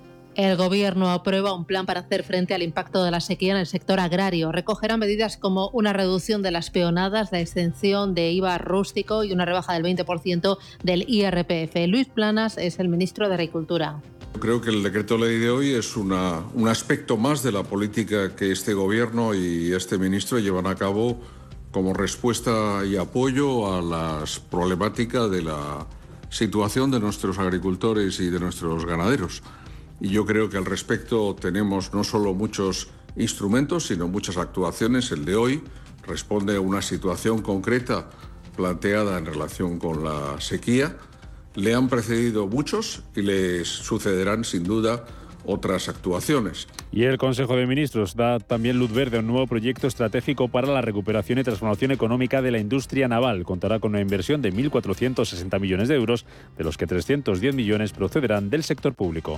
El Gobierno aprueba un plan para hacer frente al impacto de la sequía en el sector agrario. Recogerá medidas como una reducción de las peonadas, la exención de IVA rústico y una rebaja del 20% del IRPF. Luis Planas es el ministro de Agricultura. Creo que el decreto ley de hoy es un aspecto más de la política que este Gobierno y este ministro llevan a cabo como respuesta y apoyo a las problemáticas de la situación de nuestros agricultores y de nuestros ganaderos. Y yo creo que al respecto tenemos no solo muchos instrumentos, sino muchas actuaciones. El de hoy responde a una situación concreta planteada en relación con la sequía. Le han precedido muchos y les sucederán sin duda otras actuaciones. Y el Consejo de Ministros da también luz verde a un nuevo proyecto estratégico para la recuperación y transformación económica de la industria naval. Contará con una inversión de 1.460 millones de euros, de los que 310 millones procederán del sector público.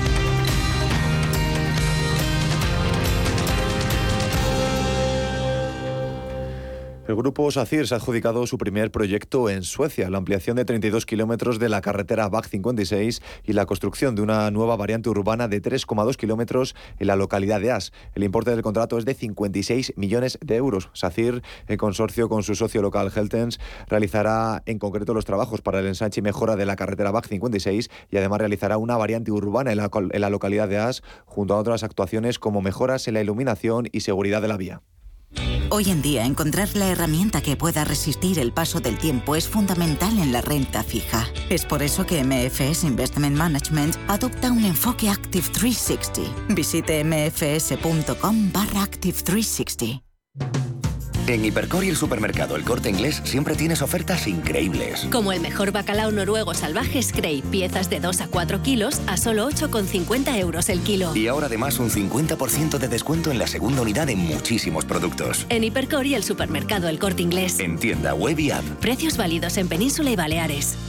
El grupo SACIR se ha adjudicado su primer proyecto en Suecia, la ampliación de 32 kilómetros de la carretera BAC 56 y la construcción de una nueva variante urbana de 3,2 kilómetros en la localidad de As. El importe del contrato es de 56 millones de euros. SACIR, en consorcio con su socio local Heltens, realizará en concreto los trabajos para el ensanche y mejora de la carretera BAC 56 y además realizará una variante urbana en la localidad de As, junto a otras actuaciones como mejoras en la iluminación y seguridad de la vía. Hoy en día, encontrar la herramienta que pueda resistir el paso del tiempo es fundamental en la renta fija. Es por eso que MFS Investment Management adopta un enfoque Active 360. Visite mfs.com/Active 360. En Hipercor y el supermercado El Corte Inglés siempre tienes ofertas increíbles. Como el mejor bacalao noruego salvaje Scrape, piezas de 2 a 4 kilos a solo 8,50 euros el kilo. Y ahora además un 50% de descuento en la segunda unidad en muchísimos productos. En Hipercor y el supermercado El Corte Inglés. En tienda, web y app. Precios válidos en Península y Baleares.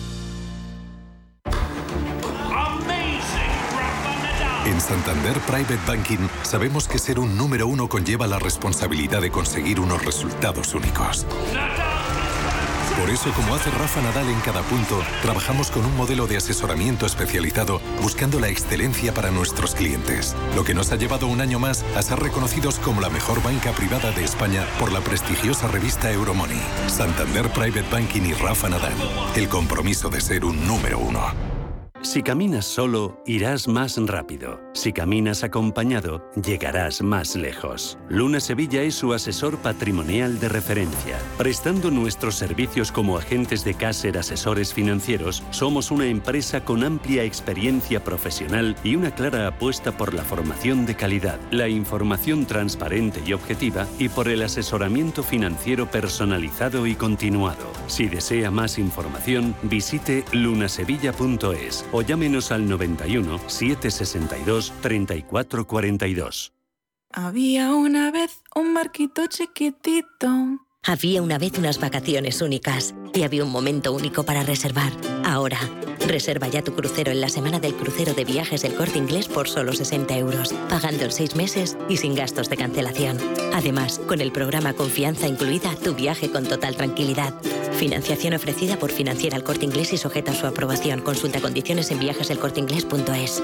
En Santander Private Banking sabemos que ser un número uno conlleva la responsabilidad de conseguir unos resultados únicos. Por eso, como hace Rafa Nadal en cada punto, trabajamos con un modelo de asesoramiento especializado buscando la excelencia para nuestros clientes. Lo que nos ha llevado un año más a ser reconocidos como la mejor banca privada de España por la prestigiosa revista Euromoney. Santander Private Banking y Rafa Nadal. El compromiso de ser un número 1. Si caminas solo, irás más rápido. Si caminas acompañado, llegarás más lejos. Luna Sevilla es su asesor patrimonial de referencia. Prestando nuestros servicios como agentes de Caser Asesores Financieros, somos una empresa con amplia experiencia profesional y una clara apuesta por la formación de calidad, la información transparente y objetiva y por el asesoramiento financiero personalizado y continuado. Si desea más información, visite lunasevilla.es o llámenos al 91 762 3442. Había una vez un barquito chiquitito. Había una vez unas vacaciones únicas y había un momento único para reservar. Ahora, reserva ya tu crucero en la semana del crucero de viajes del Corte Inglés por solo 60 €, pagando en 6 meses y sin gastos de cancelación. Además, con el programa Confianza incluida, tu viaje con total tranquilidad. Financiación ofrecida por Financiera El Corte Inglés y sujeta a su aprobación. Consulta condiciones en viajeselcorteinglés.es.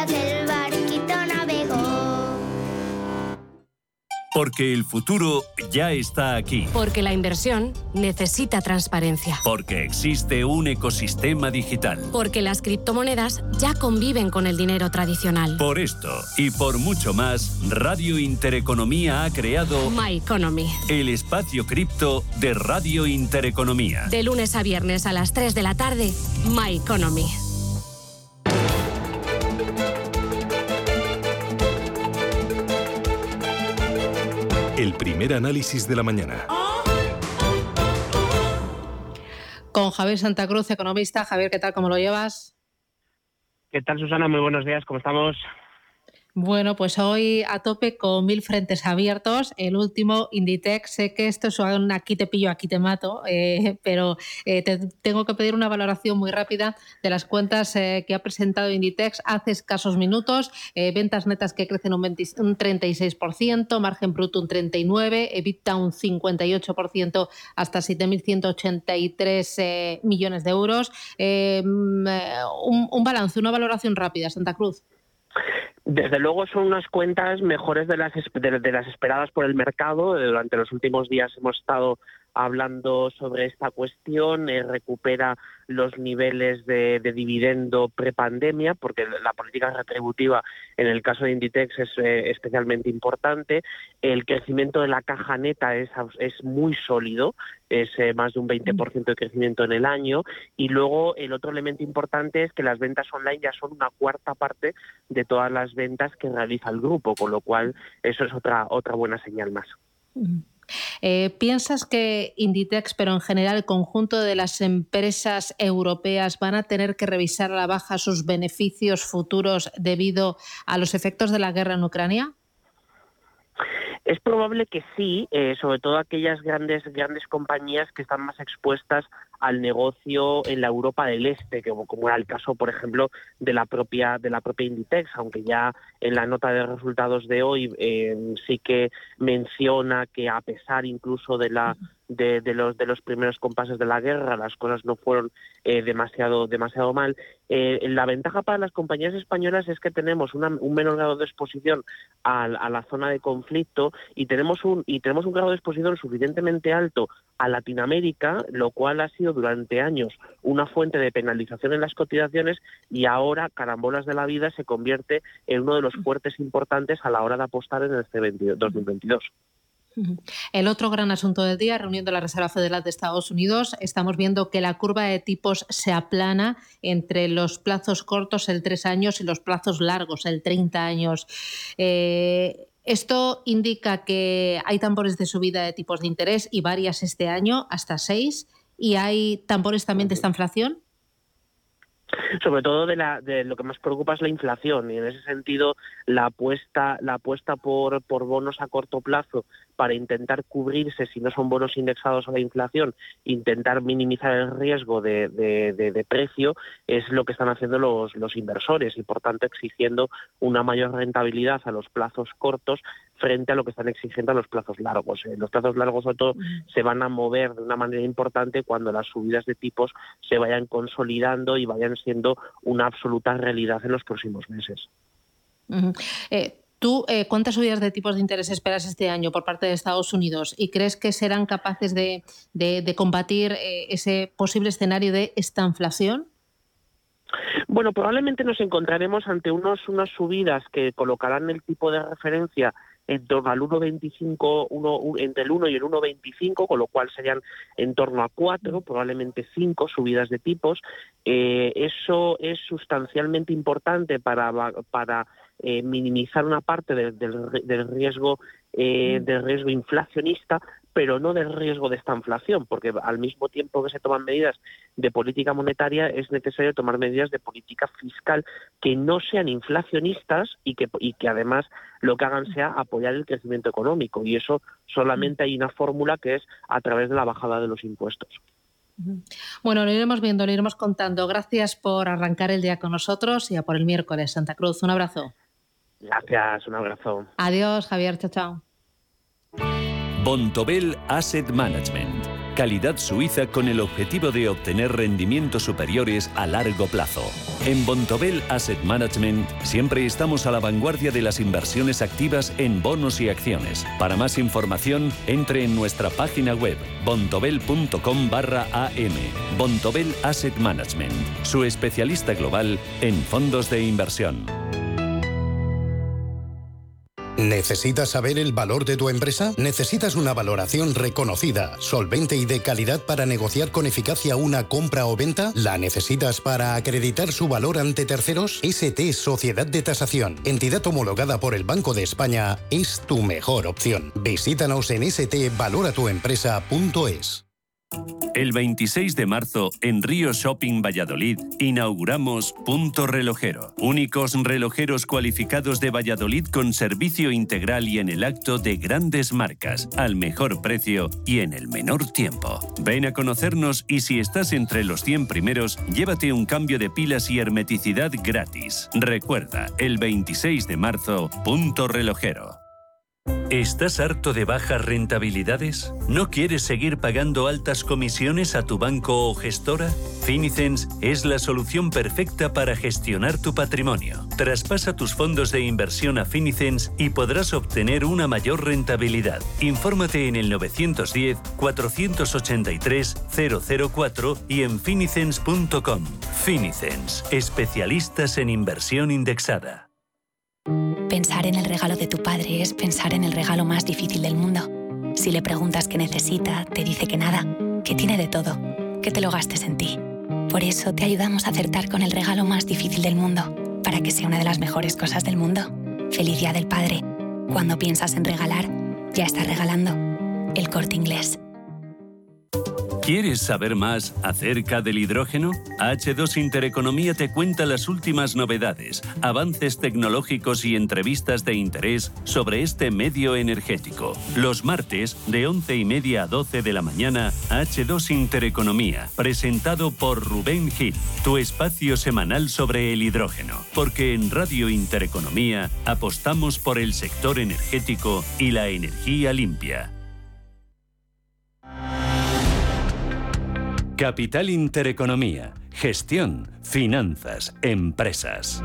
Porque el futuro ya está aquí. Porque la inversión necesita transparencia. Porque existe un ecosistema digital. Porque las criptomonedas ya conviven con el dinero tradicional. Por esto y por mucho más, Radio Intereconomía ha creado My Economy, el espacio cripto de Radio Intereconomía. De lunes a viernes a las 3 de la tarde, My Economy. El primer análisis de la mañana. Con Javier Santa Cruz, economista. Javier, ¿qué tal? ¿Cómo lo llevas? ¿Qué tal, Susana? Muy buenos días, ¿cómo estamos? Bueno, pues hoy a tope con 1000 frentes abiertos. El último, Inditex. Sé que esto es un aquí te pillo, aquí te mato, pero te tengo que pedir una valoración muy rápida de las cuentas que ha presentado Inditex hace escasos minutos. Ventas netas que crecen un 36%, margen bruto un 39%, EBITDA un 58% hasta 7.183 millones de euros. Un balance, una valoración rápida, Santa Cruz. Desde luego son unas cuentas mejores de las esperadas por el mercado. Durante los últimos días hemos estado hablando sobre esta cuestión. Recupera los niveles de dividendo prepandemia, porque la política retributiva en el caso de Inditex es especialmente importante. El crecimiento de la caja neta es muy sólido, es más de un 20% de crecimiento en el año. Y luego el otro elemento importante es que las ventas online ya son una cuarta parte de todas las ventas que realiza el grupo, con lo cual eso es otra buena señal más. ¿Piensas que Inditex, pero en general el conjunto de las empresas europeas, van a tener que revisar a la baja sus beneficios futuros debido a los efectos de la guerra en Ucrania? Es probable que sí, sobre todo aquellas grandes compañías que están más expuestas al negocio en la Europa del Este, como era el caso, por ejemplo, de la propia Inditex, aunque ya en la nota de resultados de hoy sí que menciona que a pesar incluso de los primeros compases de la guerra, las cosas no fueron demasiado mal. La ventaja para las compañías españolas es que tenemos un menor grado de exposición a la zona de conflicto y tenemos un grado de exposición suficientemente alto a Latinoamérica, lo cual ha sido durante años una fuente de penalización en las cotizaciones y ahora, carambolas de la vida, se convierte en uno de los fuertes importantes a la hora de apostar en este 2022. El otro gran asunto del día, reunión de la Reserva Federal de Estados Unidos. Estamos viendo que la curva de tipos se aplana entre los plazos cortos, el 3 años, y los plazos largos, el 30 años. Esto indica que hay tambores de subida de tipos de interés y varias este año, hasta 6, y hay tambores también de esta inflación. Sobre todo de lo que más preocupa es la inflación, y en ese sentido la apuesta por bonos a corto plazo para intentar cubrirse, si no son bonos indexados a la inflación, intentar minimizar el riesgo de precio, es lo que están haciendo los inversores y, por tanto, exigiendo una mayor rentabilidad a los plazos cortos frente a lo que están exigiendo a los plazos largos. Los plazos largos, sobre todo, se van a mover de una manera importante cuando las subidas de tipos se vayan consolidando y vayan siendo una absoluta realidad en los próximos meses. ¿Tú cuántas subidas de tipos de interés esperas este año por parte de Estados Unidos y crees que serán capaces de combatir ese posible escenario de estanflación? Bueno, probablemente nos encontraremos ante unas subidas que colocarán el tipo de referencia en torno al 1,25, entre el 1 y el 1,25, con lo cual serían en torno a 4, probablemente 5 subidas de tipos. Eso es sustancialmente importante para minimizar una parte del riesgo inflacionista, pero no del riesgo de esta inflación, porque al mismo tiempo que se toman medidas de política monetaria es necesario tomar medidas de política fiscal que no sean inflacionistas y que además lo que hagan sea apoyar el crecimiento económico, y eso solamente hay una fórmula, que es a través de la bajada de los impuestos. Bueno, lo iremos viendo, lo iremos contando. Gracias por arrancar el día con nosotros y a por el miércoles. Santa Cruz, un abrazo. Gracias, un abrazo. Adiós, Javier, chao, chao. Bontobel Asset Management. Calidad suiza con el objetivo de obtener rendimientos superiores a largo plazo. En Bontobel Asset Management siempre estamos a la vanguardia de las inversiones activas en bonos y acciones. Para más información, entre en nuestra página web bontobel.com/am. Bontobel Asset Management, su especialista global en fondos de inversión. ¿Necesitas saber el valor de tu empresa? ¿Necesitas una valoración reconocida, solvente y de calidad para negociar con eficacia una compra o venta? ¿La necesitas para acreditar su valor ante terceros? ST Sociedad de Tasación, entidad homologada por el Banco de España, es tu mejor opción. Visítanos en stvaloratuempresa.es. El 26 de marzo, en Río Shopping Valladolid, inauguramos Punto Relojero. Únicos relojeros cualificados de Valladolid con servicio integral y en el acto de grandes marcas, al mejor precio y en el menor tiempo. Ven a conocernos y si estás entre los 100 primeros, llévate un cambio de pilas y hermeticidad gratis. Recuerda, el 26 de marzo, Punto Relojero. ¿Estás harto de bajas rentabilidades? ¿No quieres seguir pagando altas comisiones a tu banco o gestora? Finicens es la solución perfecta para gestionar tu patrimonio. Traspasa tus fondos de inversión a Finicens y podrás obtener una mayor rentabilidad. Infórmate en el 910-483-004 y en finicens.com. Finicens, especialistas en inversión indexada. Pensar en el regalo de tu padre es pensar en el regalo más difícil del mundo. Si le preguntas qué necesita, te dice que nada, que tiene de todo, que te lo gastes en ti. Por eso te ayudamos a acertar con el regalo más difícil del mundo, para que sea una de las mejores cosas del mundo. Feliz Día del Padre. Cuando piensas en regalar, ya estás regalando. El Corte Inglés. ¿Quieres saber más acerca del hidrógeno? H2 Intereconomía te cuenta las últimas novedades, avances tecnológicos y entrevistas de interés sobre este medio energético. Los martes, de 11:30 a 12 de la mañana, H2 Intereconomía, presentado por Rubén Gil, tu espacio semanal sobre el hidrógeno. Porque en Radio Intereconomía apostamos por el sector energético y la energía limpia. Capital Intereconomía, gestión, finanzas, empresas.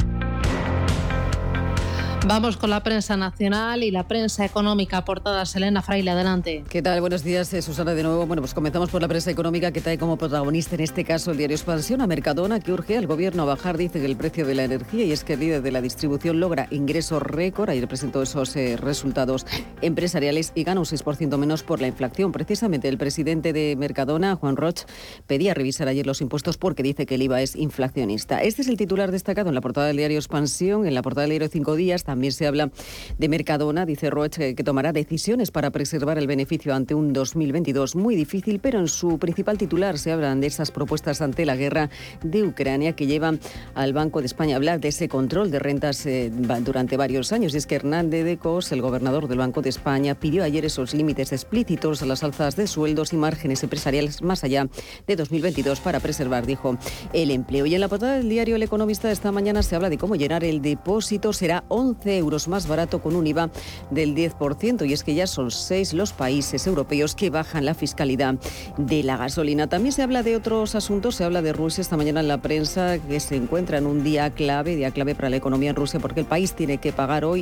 Vamos con la prensa nacional y la prensa económica. Portadas, Elena Fraile, adelante. ¿Qué tal? Buenos días, Susana, de nuevo. Bueno, pues comenzamos por la prensa económica, que trae como protagonista en este caso el diario Expansión a Mercadona, que urge al gobierno a bajar, dice, el precio de la energía, y es que el líder de la distribución logra ingresos récord. Ayer presentó esos resultados empresariales y gana un 6% menos por la inflación. Precisamente el presidente de Mercadona, Juan Roch, pedía revisar ayer los impuestos porque dice que el IVA es inflacionista. Este es el titular destacado en la portada del diario Expansión. En la portada del diario 5 Días también También se habla de Mercadona, dice Roig, que tomará decisiones para preservar el beneficio ante un 2022 muy difícil, pero en su principal titular se hablan de esas propuestas ante la guerra de Ucrania que llevan al Banco de España a hablar de ese control de rentas durante varios años. Y es que Hernández de Cos, el gobernador del Banco de España, pidió ayer esos límites explícitos a las alzas de sueldos y márgenes empresariales más allá de 2022 para preservar, dijo, el empleo. Y en la portada del diario El Economista esta mañana se habla de cómo llenar el depósito. Será 11 euros más barato con un IVA del 10%. Y es que ya son 6 los países europeos que bajan la fiscalidad de la gasolina. También se habla de otros asuntos. Se habla de Rusia esta mañana en la prensa, que se encuentra en un día clave para la economía en Rusia, porque el país tiene que pagar hoy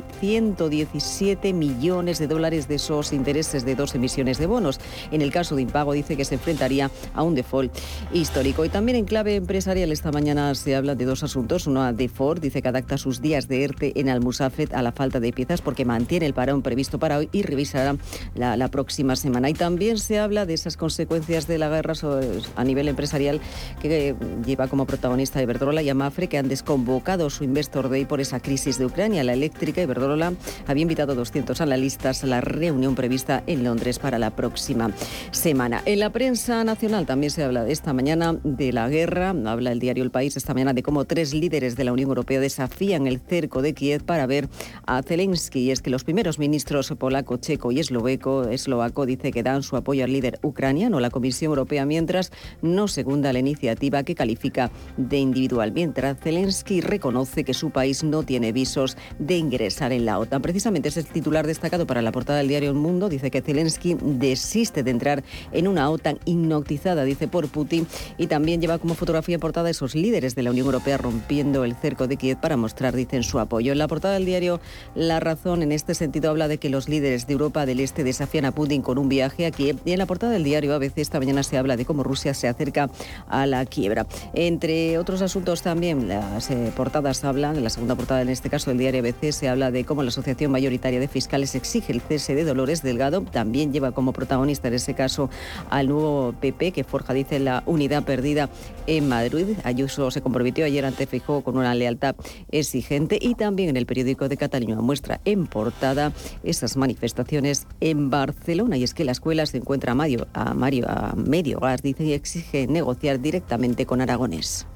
117 millones de dólares de esos intereses de 2 emisiones de bonos. En el caso de impago, dice que se enfrentaría a un default histórico. Y también en clave empresarial esta mañana se habla de 2 asuntos. Uno de Ford, dice que adapta sus días de ERTE en Almusafet a la falta de piezas porque mantiene el parón previsto para hoy y revisará la próxima semana. Y también se habla de esas consecuencias de la guerra a nivel empresarial que lleva como protagonista Iberdrola y a Mafre, que han desconvocado su Investor Day por esa crisis de Ucrania. La eléctrica Iberdrola había invitado a 200 analistas a la reunión prevista en Londres para la próxima semana. En la prensa nacional también se habla esta mañana de la guerra. Habla el diario El País esta mañana de cómo 3 líderes de la Unión Europea desafían el cerco de Kiev para ver a Zelensky. Y es que los primeros ministros polaco, checo y eslovaco dice que dan su apoyo al líder ucraniano. La Comisión Europea, mientras, no secunda la iniciativa que califica de individual, mientras Zelensky reconoce que su país no tiene visos de ingresar en la OTAN. Precisamente es el titular destacado para la portada del diario El Mundo. Dice que Zelensky desiste de entrar en una OTAN hipnotizada, dice, por Putin, y también lleva como fotografía en portada esos líderes de la Unión Europea rompiendo el cerco de Kiev para mostrar, dicen, su apoyo. En la portada del diario La Razón, en este sentido, habla de que los líderes de Europa del Este desafían a Putin con un viaje a Kiev, y en la portada del diario ABC esta mañana se habla de cómo Rusia se acerca a la quiebra. Entre otros asuntos también, las portadas hablan, en la segunda portada en este caso del diario ABC, se habla de cómo la Asociación Mayoritaria de Fiscales exige el cese de Dolores Delgado. También lleva como protagonista en ese caso al nuevo PP, que forja, dice, la unidad perdida en Madrid. Ayuso se comprometió ayer ante Feijóo con una lealtad exigente. Y también en el periódico de Cataluña muestra en portada esas manifestaciones en Barcelona. Y es que la escuela se encuentra a medio gas, dice, y exige negociar directamente con Aragonés.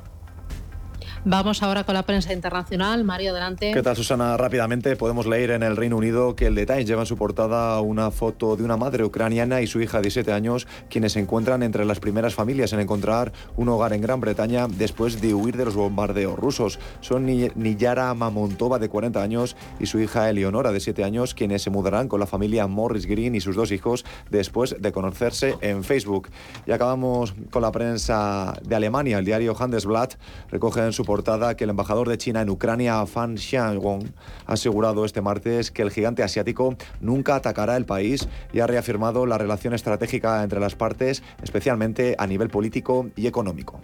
Vamos ahora con la prensa internacional. Mario, adelante. ¿Qué tal, Susana? Rápidamente podemos leer en el Reino Unido que el The Times lleva en su portada una foto de una madre ucraniana y su hija de 7 años, quienes se encuentran entre las primeras familias en encontrar un hogar en Gran Bretaña después de huir de los bombardeos rusos. Son Niyara Mamontova, de 40 años, y su hija Eleonora, de 7 años, quienes se mudarán con la familia Morris Green y sus 2 hijos después de conocerse en Facebook. Y acabamos con la prensa de Alemania. El diario Handelsblatt recoge en su portada que el embajador de China en Ucrania, Fan Xiaowong, ha asegurado este martes que el gigante asiático nunca atacará el país y ha reafirmado la relación estratégica entre las partes, especialmente a nivel político y económico.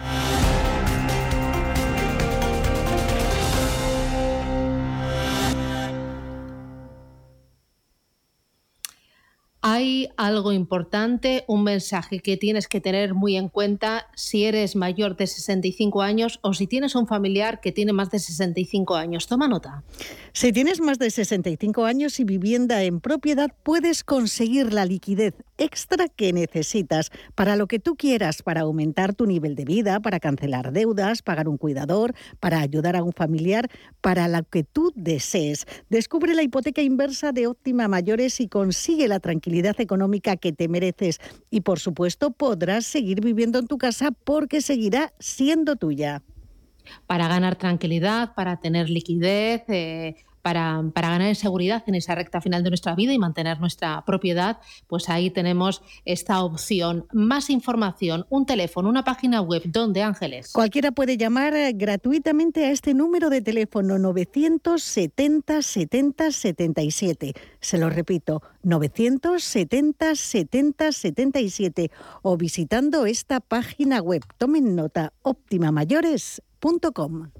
Hay algo importante, un mensaje que tienes que tener muy en cuenta si eres mayor de 65 años o si tienes un familiar que tiene más de 65 años. Toma nota. Si tienes más de 65 años y vivienda en propiedad, puedes conseguir la liquidez extra que necesitas para lo que tú quieras, para aumentar tu nivel de vida, para cancelar deudas, pagar un cuidador, para ayudar a un familiar, para lo que tú desees. Descubre la hipoteca inversa de Óptima Mayores y consigue la tranquilidad económica que te mereces. Y, por supuesto, podrás seguir viviendo en tu casa porque seguirá siendo tuya. Para ganar tranquilidad, para tener liquidez, para ganar en seguridad en esa recta final de nuestra vida y mantener nuestra propiedad, pues ahí tenemos esta opción. Más información, un teléfono, una página web. ¿Dónde, Ángeles? Cualquiera puede llamar gratuitamente a este número de teléfono 970 70 77. Se lo repito, 970 70 77 o visitando esta página web. Tomen nota, optimamayores.com.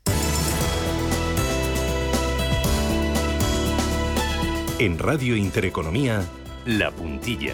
En Radio Intereconomía, La Puntilla.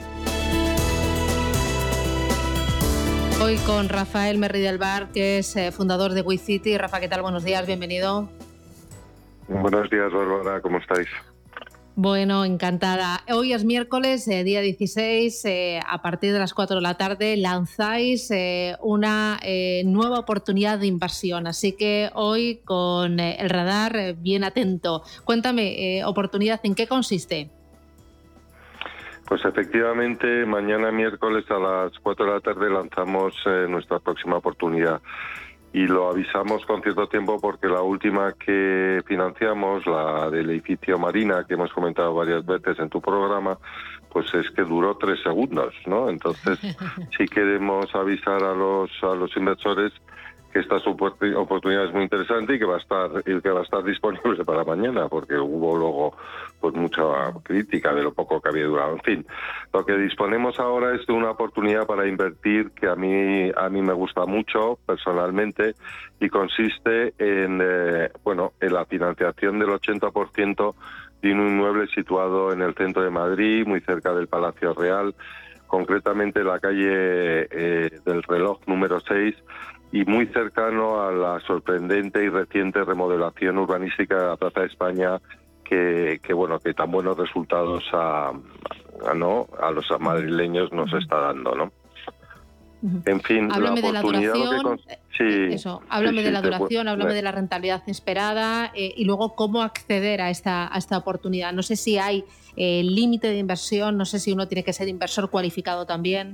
Hoy con Rafael Merri del Bar, que es fundador de WeCity. Rafa, ¿qué tal? Buenos días, bienvenido. Buenos días, Bárbara, ¿cómo estáis? Bueno, encantada. Hoy es miércoles, día 16, a partir de las 4 de la tarde lanzáis una nueva oportunidad de inversión, así que hoy con el radar bien atento. Cuéntame, oportunidad, ¿en qué consiste? Pues efectivamente, mañana miércoles a las 4 de la tarde lanzamos nuestra próxima oportunidad. Y lo avisamos con cierto tiempo porque la última que financiamos, la del edificio Marina, que hemos comentado varias veces en tu programa, pues es que duró 3 segundos, ¿no? Entonces sí queremos avisar a los inversores que esta oportunidad es muy interesante y que va a estar disponible para mañana, porque hubo luego pues mucha crítica de lo poco que había durado. En fin, lo que disponemos ahora es de una oportunidad para invertir que a mí me gusta mucho personalmente y consiste en la financiación del 80% de un inmueble situado en el centro de Madrid, muy cerca del Palacio Real, concretamente en la calle del Reloj número 6, y muy cercano a la sorprendente y reciente remodelación urbanística de la Plaza de España que tan buenos resultados a los madrileños nos está dando, ¿no? En fin, háblame de la duración, háblame de la duración, háblame de la rentabilidad esperada y luego cómo acceder a esta oportunidad. No sé si hay límite de inversión, no sé si uno tiene que ser inversor cualificado también.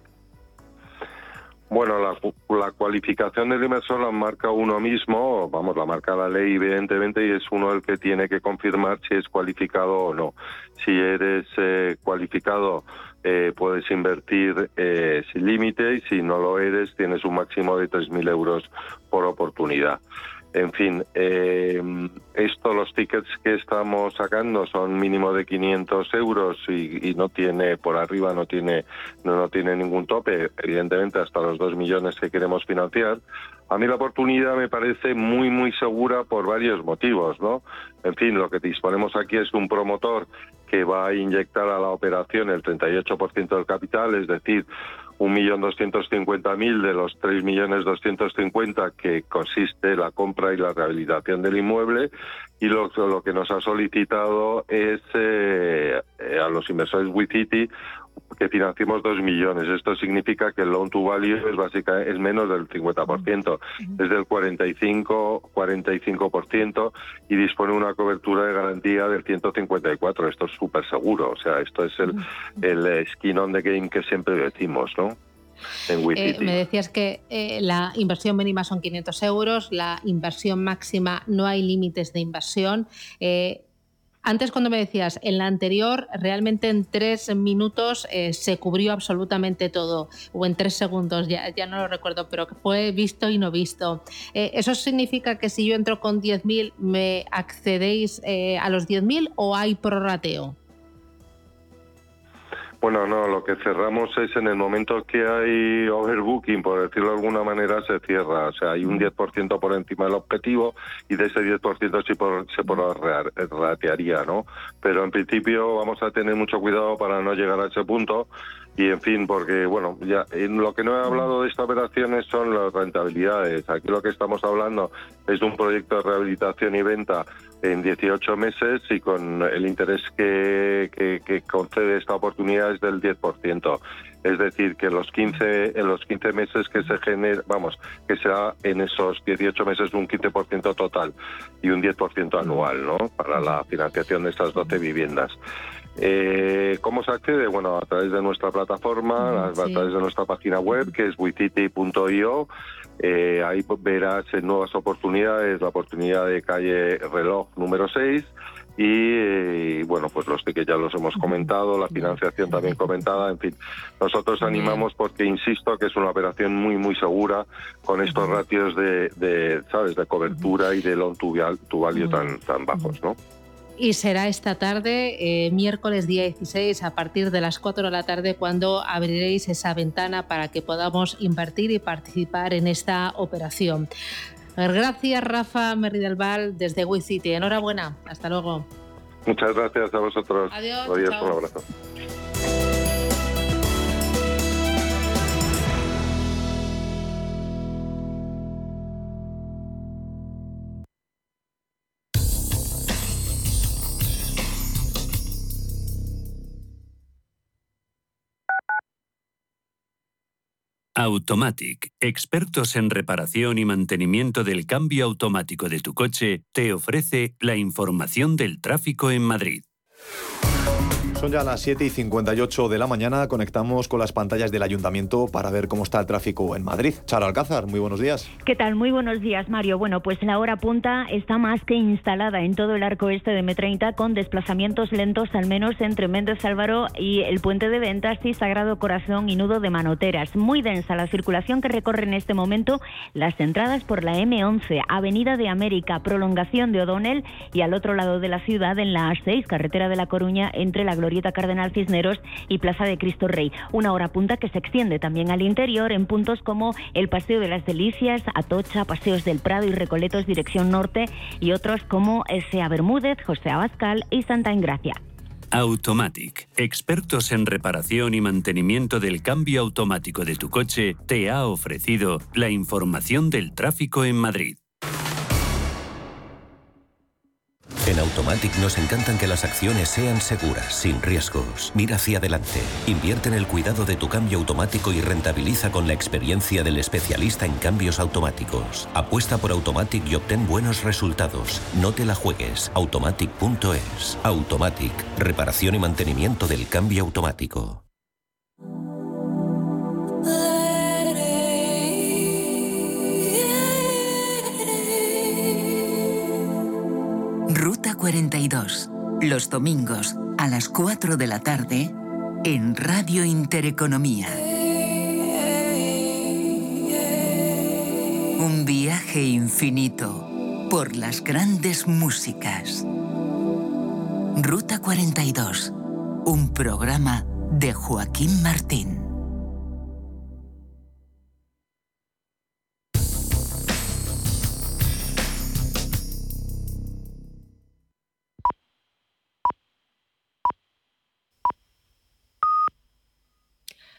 Bueno, la cualificación del inversor la marca uno mismo, la marca la ley evidentemente, y es uno el que tiene que confirmar si es cualificado o no. Si eres cualificado puedes invertir sin límite, y si no lo eres tienes un máximo de 3.000 euros por oportunidad. En fin, los tickets que estamos sacando son mínimo de 500 euros y no tiene, por arriba no tiene ningún tope, evidentemente hasta los 2 millones que queremos financiar. A mí la oportunidad me parece muy, muy segura por varios motivos, ¿no? En fin, lo que disponemos aquí es un promotor que va a inyectar a la operación el 38% del capital, es decir, 1.250.000 de los 3.250.000 que consiste la compra y la rehabilitación del inmueble, y lo que nos ha solicitado es a los inversores WeCity que financiemos 2 millones. Esto significa que el loan to value es menos del 50%, es del 45%, y dispone una cobertura de garantía del 154%. Esto es súper seguro, o sea, esto es el skin on the game que siempre decimos, ¿no? Me decías que la inversión mínima son 500 euros, la inversión máxima no hay límites de inversión. Antes, cuando me decías, en la anterior, realmente en 3 minutos se cubrió absolutamente todo, o en 3 segundos, ya no lo recuerdo, pero que fue visto y no visto. ¿Eso significa que si yo entro con 10.000, me accedéis a los 10.000 o hay prorrateo? Bueno, no, lo que cerramos es en el momento que hay overbooking, por decirlo de alguna manera, se cierra. O sea, hay un 10% por encima del objetivo y de ese 10% sí se prorratearía, ¿no? Pero en principio vamos a tener mucho cuidado para no llegar a ese punto. Y en fin, porque bueno, ya en lo que no he hablado de esta operación son las rentabilidades. Aquí lo que estamos hablando es de un proyecto de rehabilitación y venta en 18 meses y con el interés que concede esta oportunidad es del 10%. Es decir, que en los 15 meses que se genera, que será en esos 18 meses un 15% total y un 10% anual, ¿no? Para la financiación de estas 12 viviendas. ¿Cómo se accede? Bueno, a través de nuestra plataforma, a través de nuestra página web, que es wecity.io. Ahí verás nuevas oportunidades, la oportunidad de calle Reloj número 6 y pues los tickets ya los hemos comentado, la financiación también comentada. En fin, nosotros animamos porque insisto que es una operación muy muy segura con estos ratios de cobertura y de loan to value tan bajos, ¿no? Y será esta tarde, miércoles día 16, a partir de las 4 de la tarde, cuando abriréis esa ventana para que podamos invertir y participar en esta operación. Gracias, Rafa Merri del Val, desde WeCity. Enhorabuena. Hasta luego. Muchas gracias a vosotros. Adiós. Un abrazo. Automatic, expertos en reparación y mantenimiento del cambio automático de tu coche, te ofrece la información del tráfico en Madrid. Son ya las 7:58 de la mañana, conectamos con las pantallas del Ayuntamiento para ver cómo está el tráfico en Madrid. Charo Alcázar, muy buenos días. ¿Qué tal? Muy buenos días, Mario. Bueno, pues la hora punta está más que instalada en todo el arco este de M30, con desplazamientos lentos al menos entre Méndez Álvaro y el Puente de Ventas y Sagrado Corazón y Nudo de Manoteras. Muy densa la circulación que recorre en este momento las entradas por la M11, Avenida de América, prolongación de O'Donnell, y al otro lado de la ciudad en la A6, carretera de La Coruña, entre la Glorieta Cardenal Cisneros y Plaza de Cristo Rey. Una hora punta que se extiende también al interior en puntos como el Paseo de las Delicias, Atocha, Paseos del Prado y Recoletos dirección norte, y otros como S.A. Bermúdez, José Abascal y Santa Engracia. Automatic, expertos en reparación y mantenimiento del cambio automático de tu coche, te ha ofrecido la información del tráfico en Madrid. En Automatic nos encantan que las acciones sean seguras, sin riesgos. Mira hacia adelante. Invierte en el cuidado de tu cambio automático y rentabiliza con la experiencia del especialista en cambios automáticos. Apuesta por Automatic y obtén buenos resultados. No te la juegues. Automatic.es. Automatic. Reparación y mantenimiento del cambio automático. Ruta 42, los domingos a las 4 de la tarde en Radio Intereconomía. Un viaje infinito por las grandes músicas. Ruta 42, un programa de Joaquín Martín.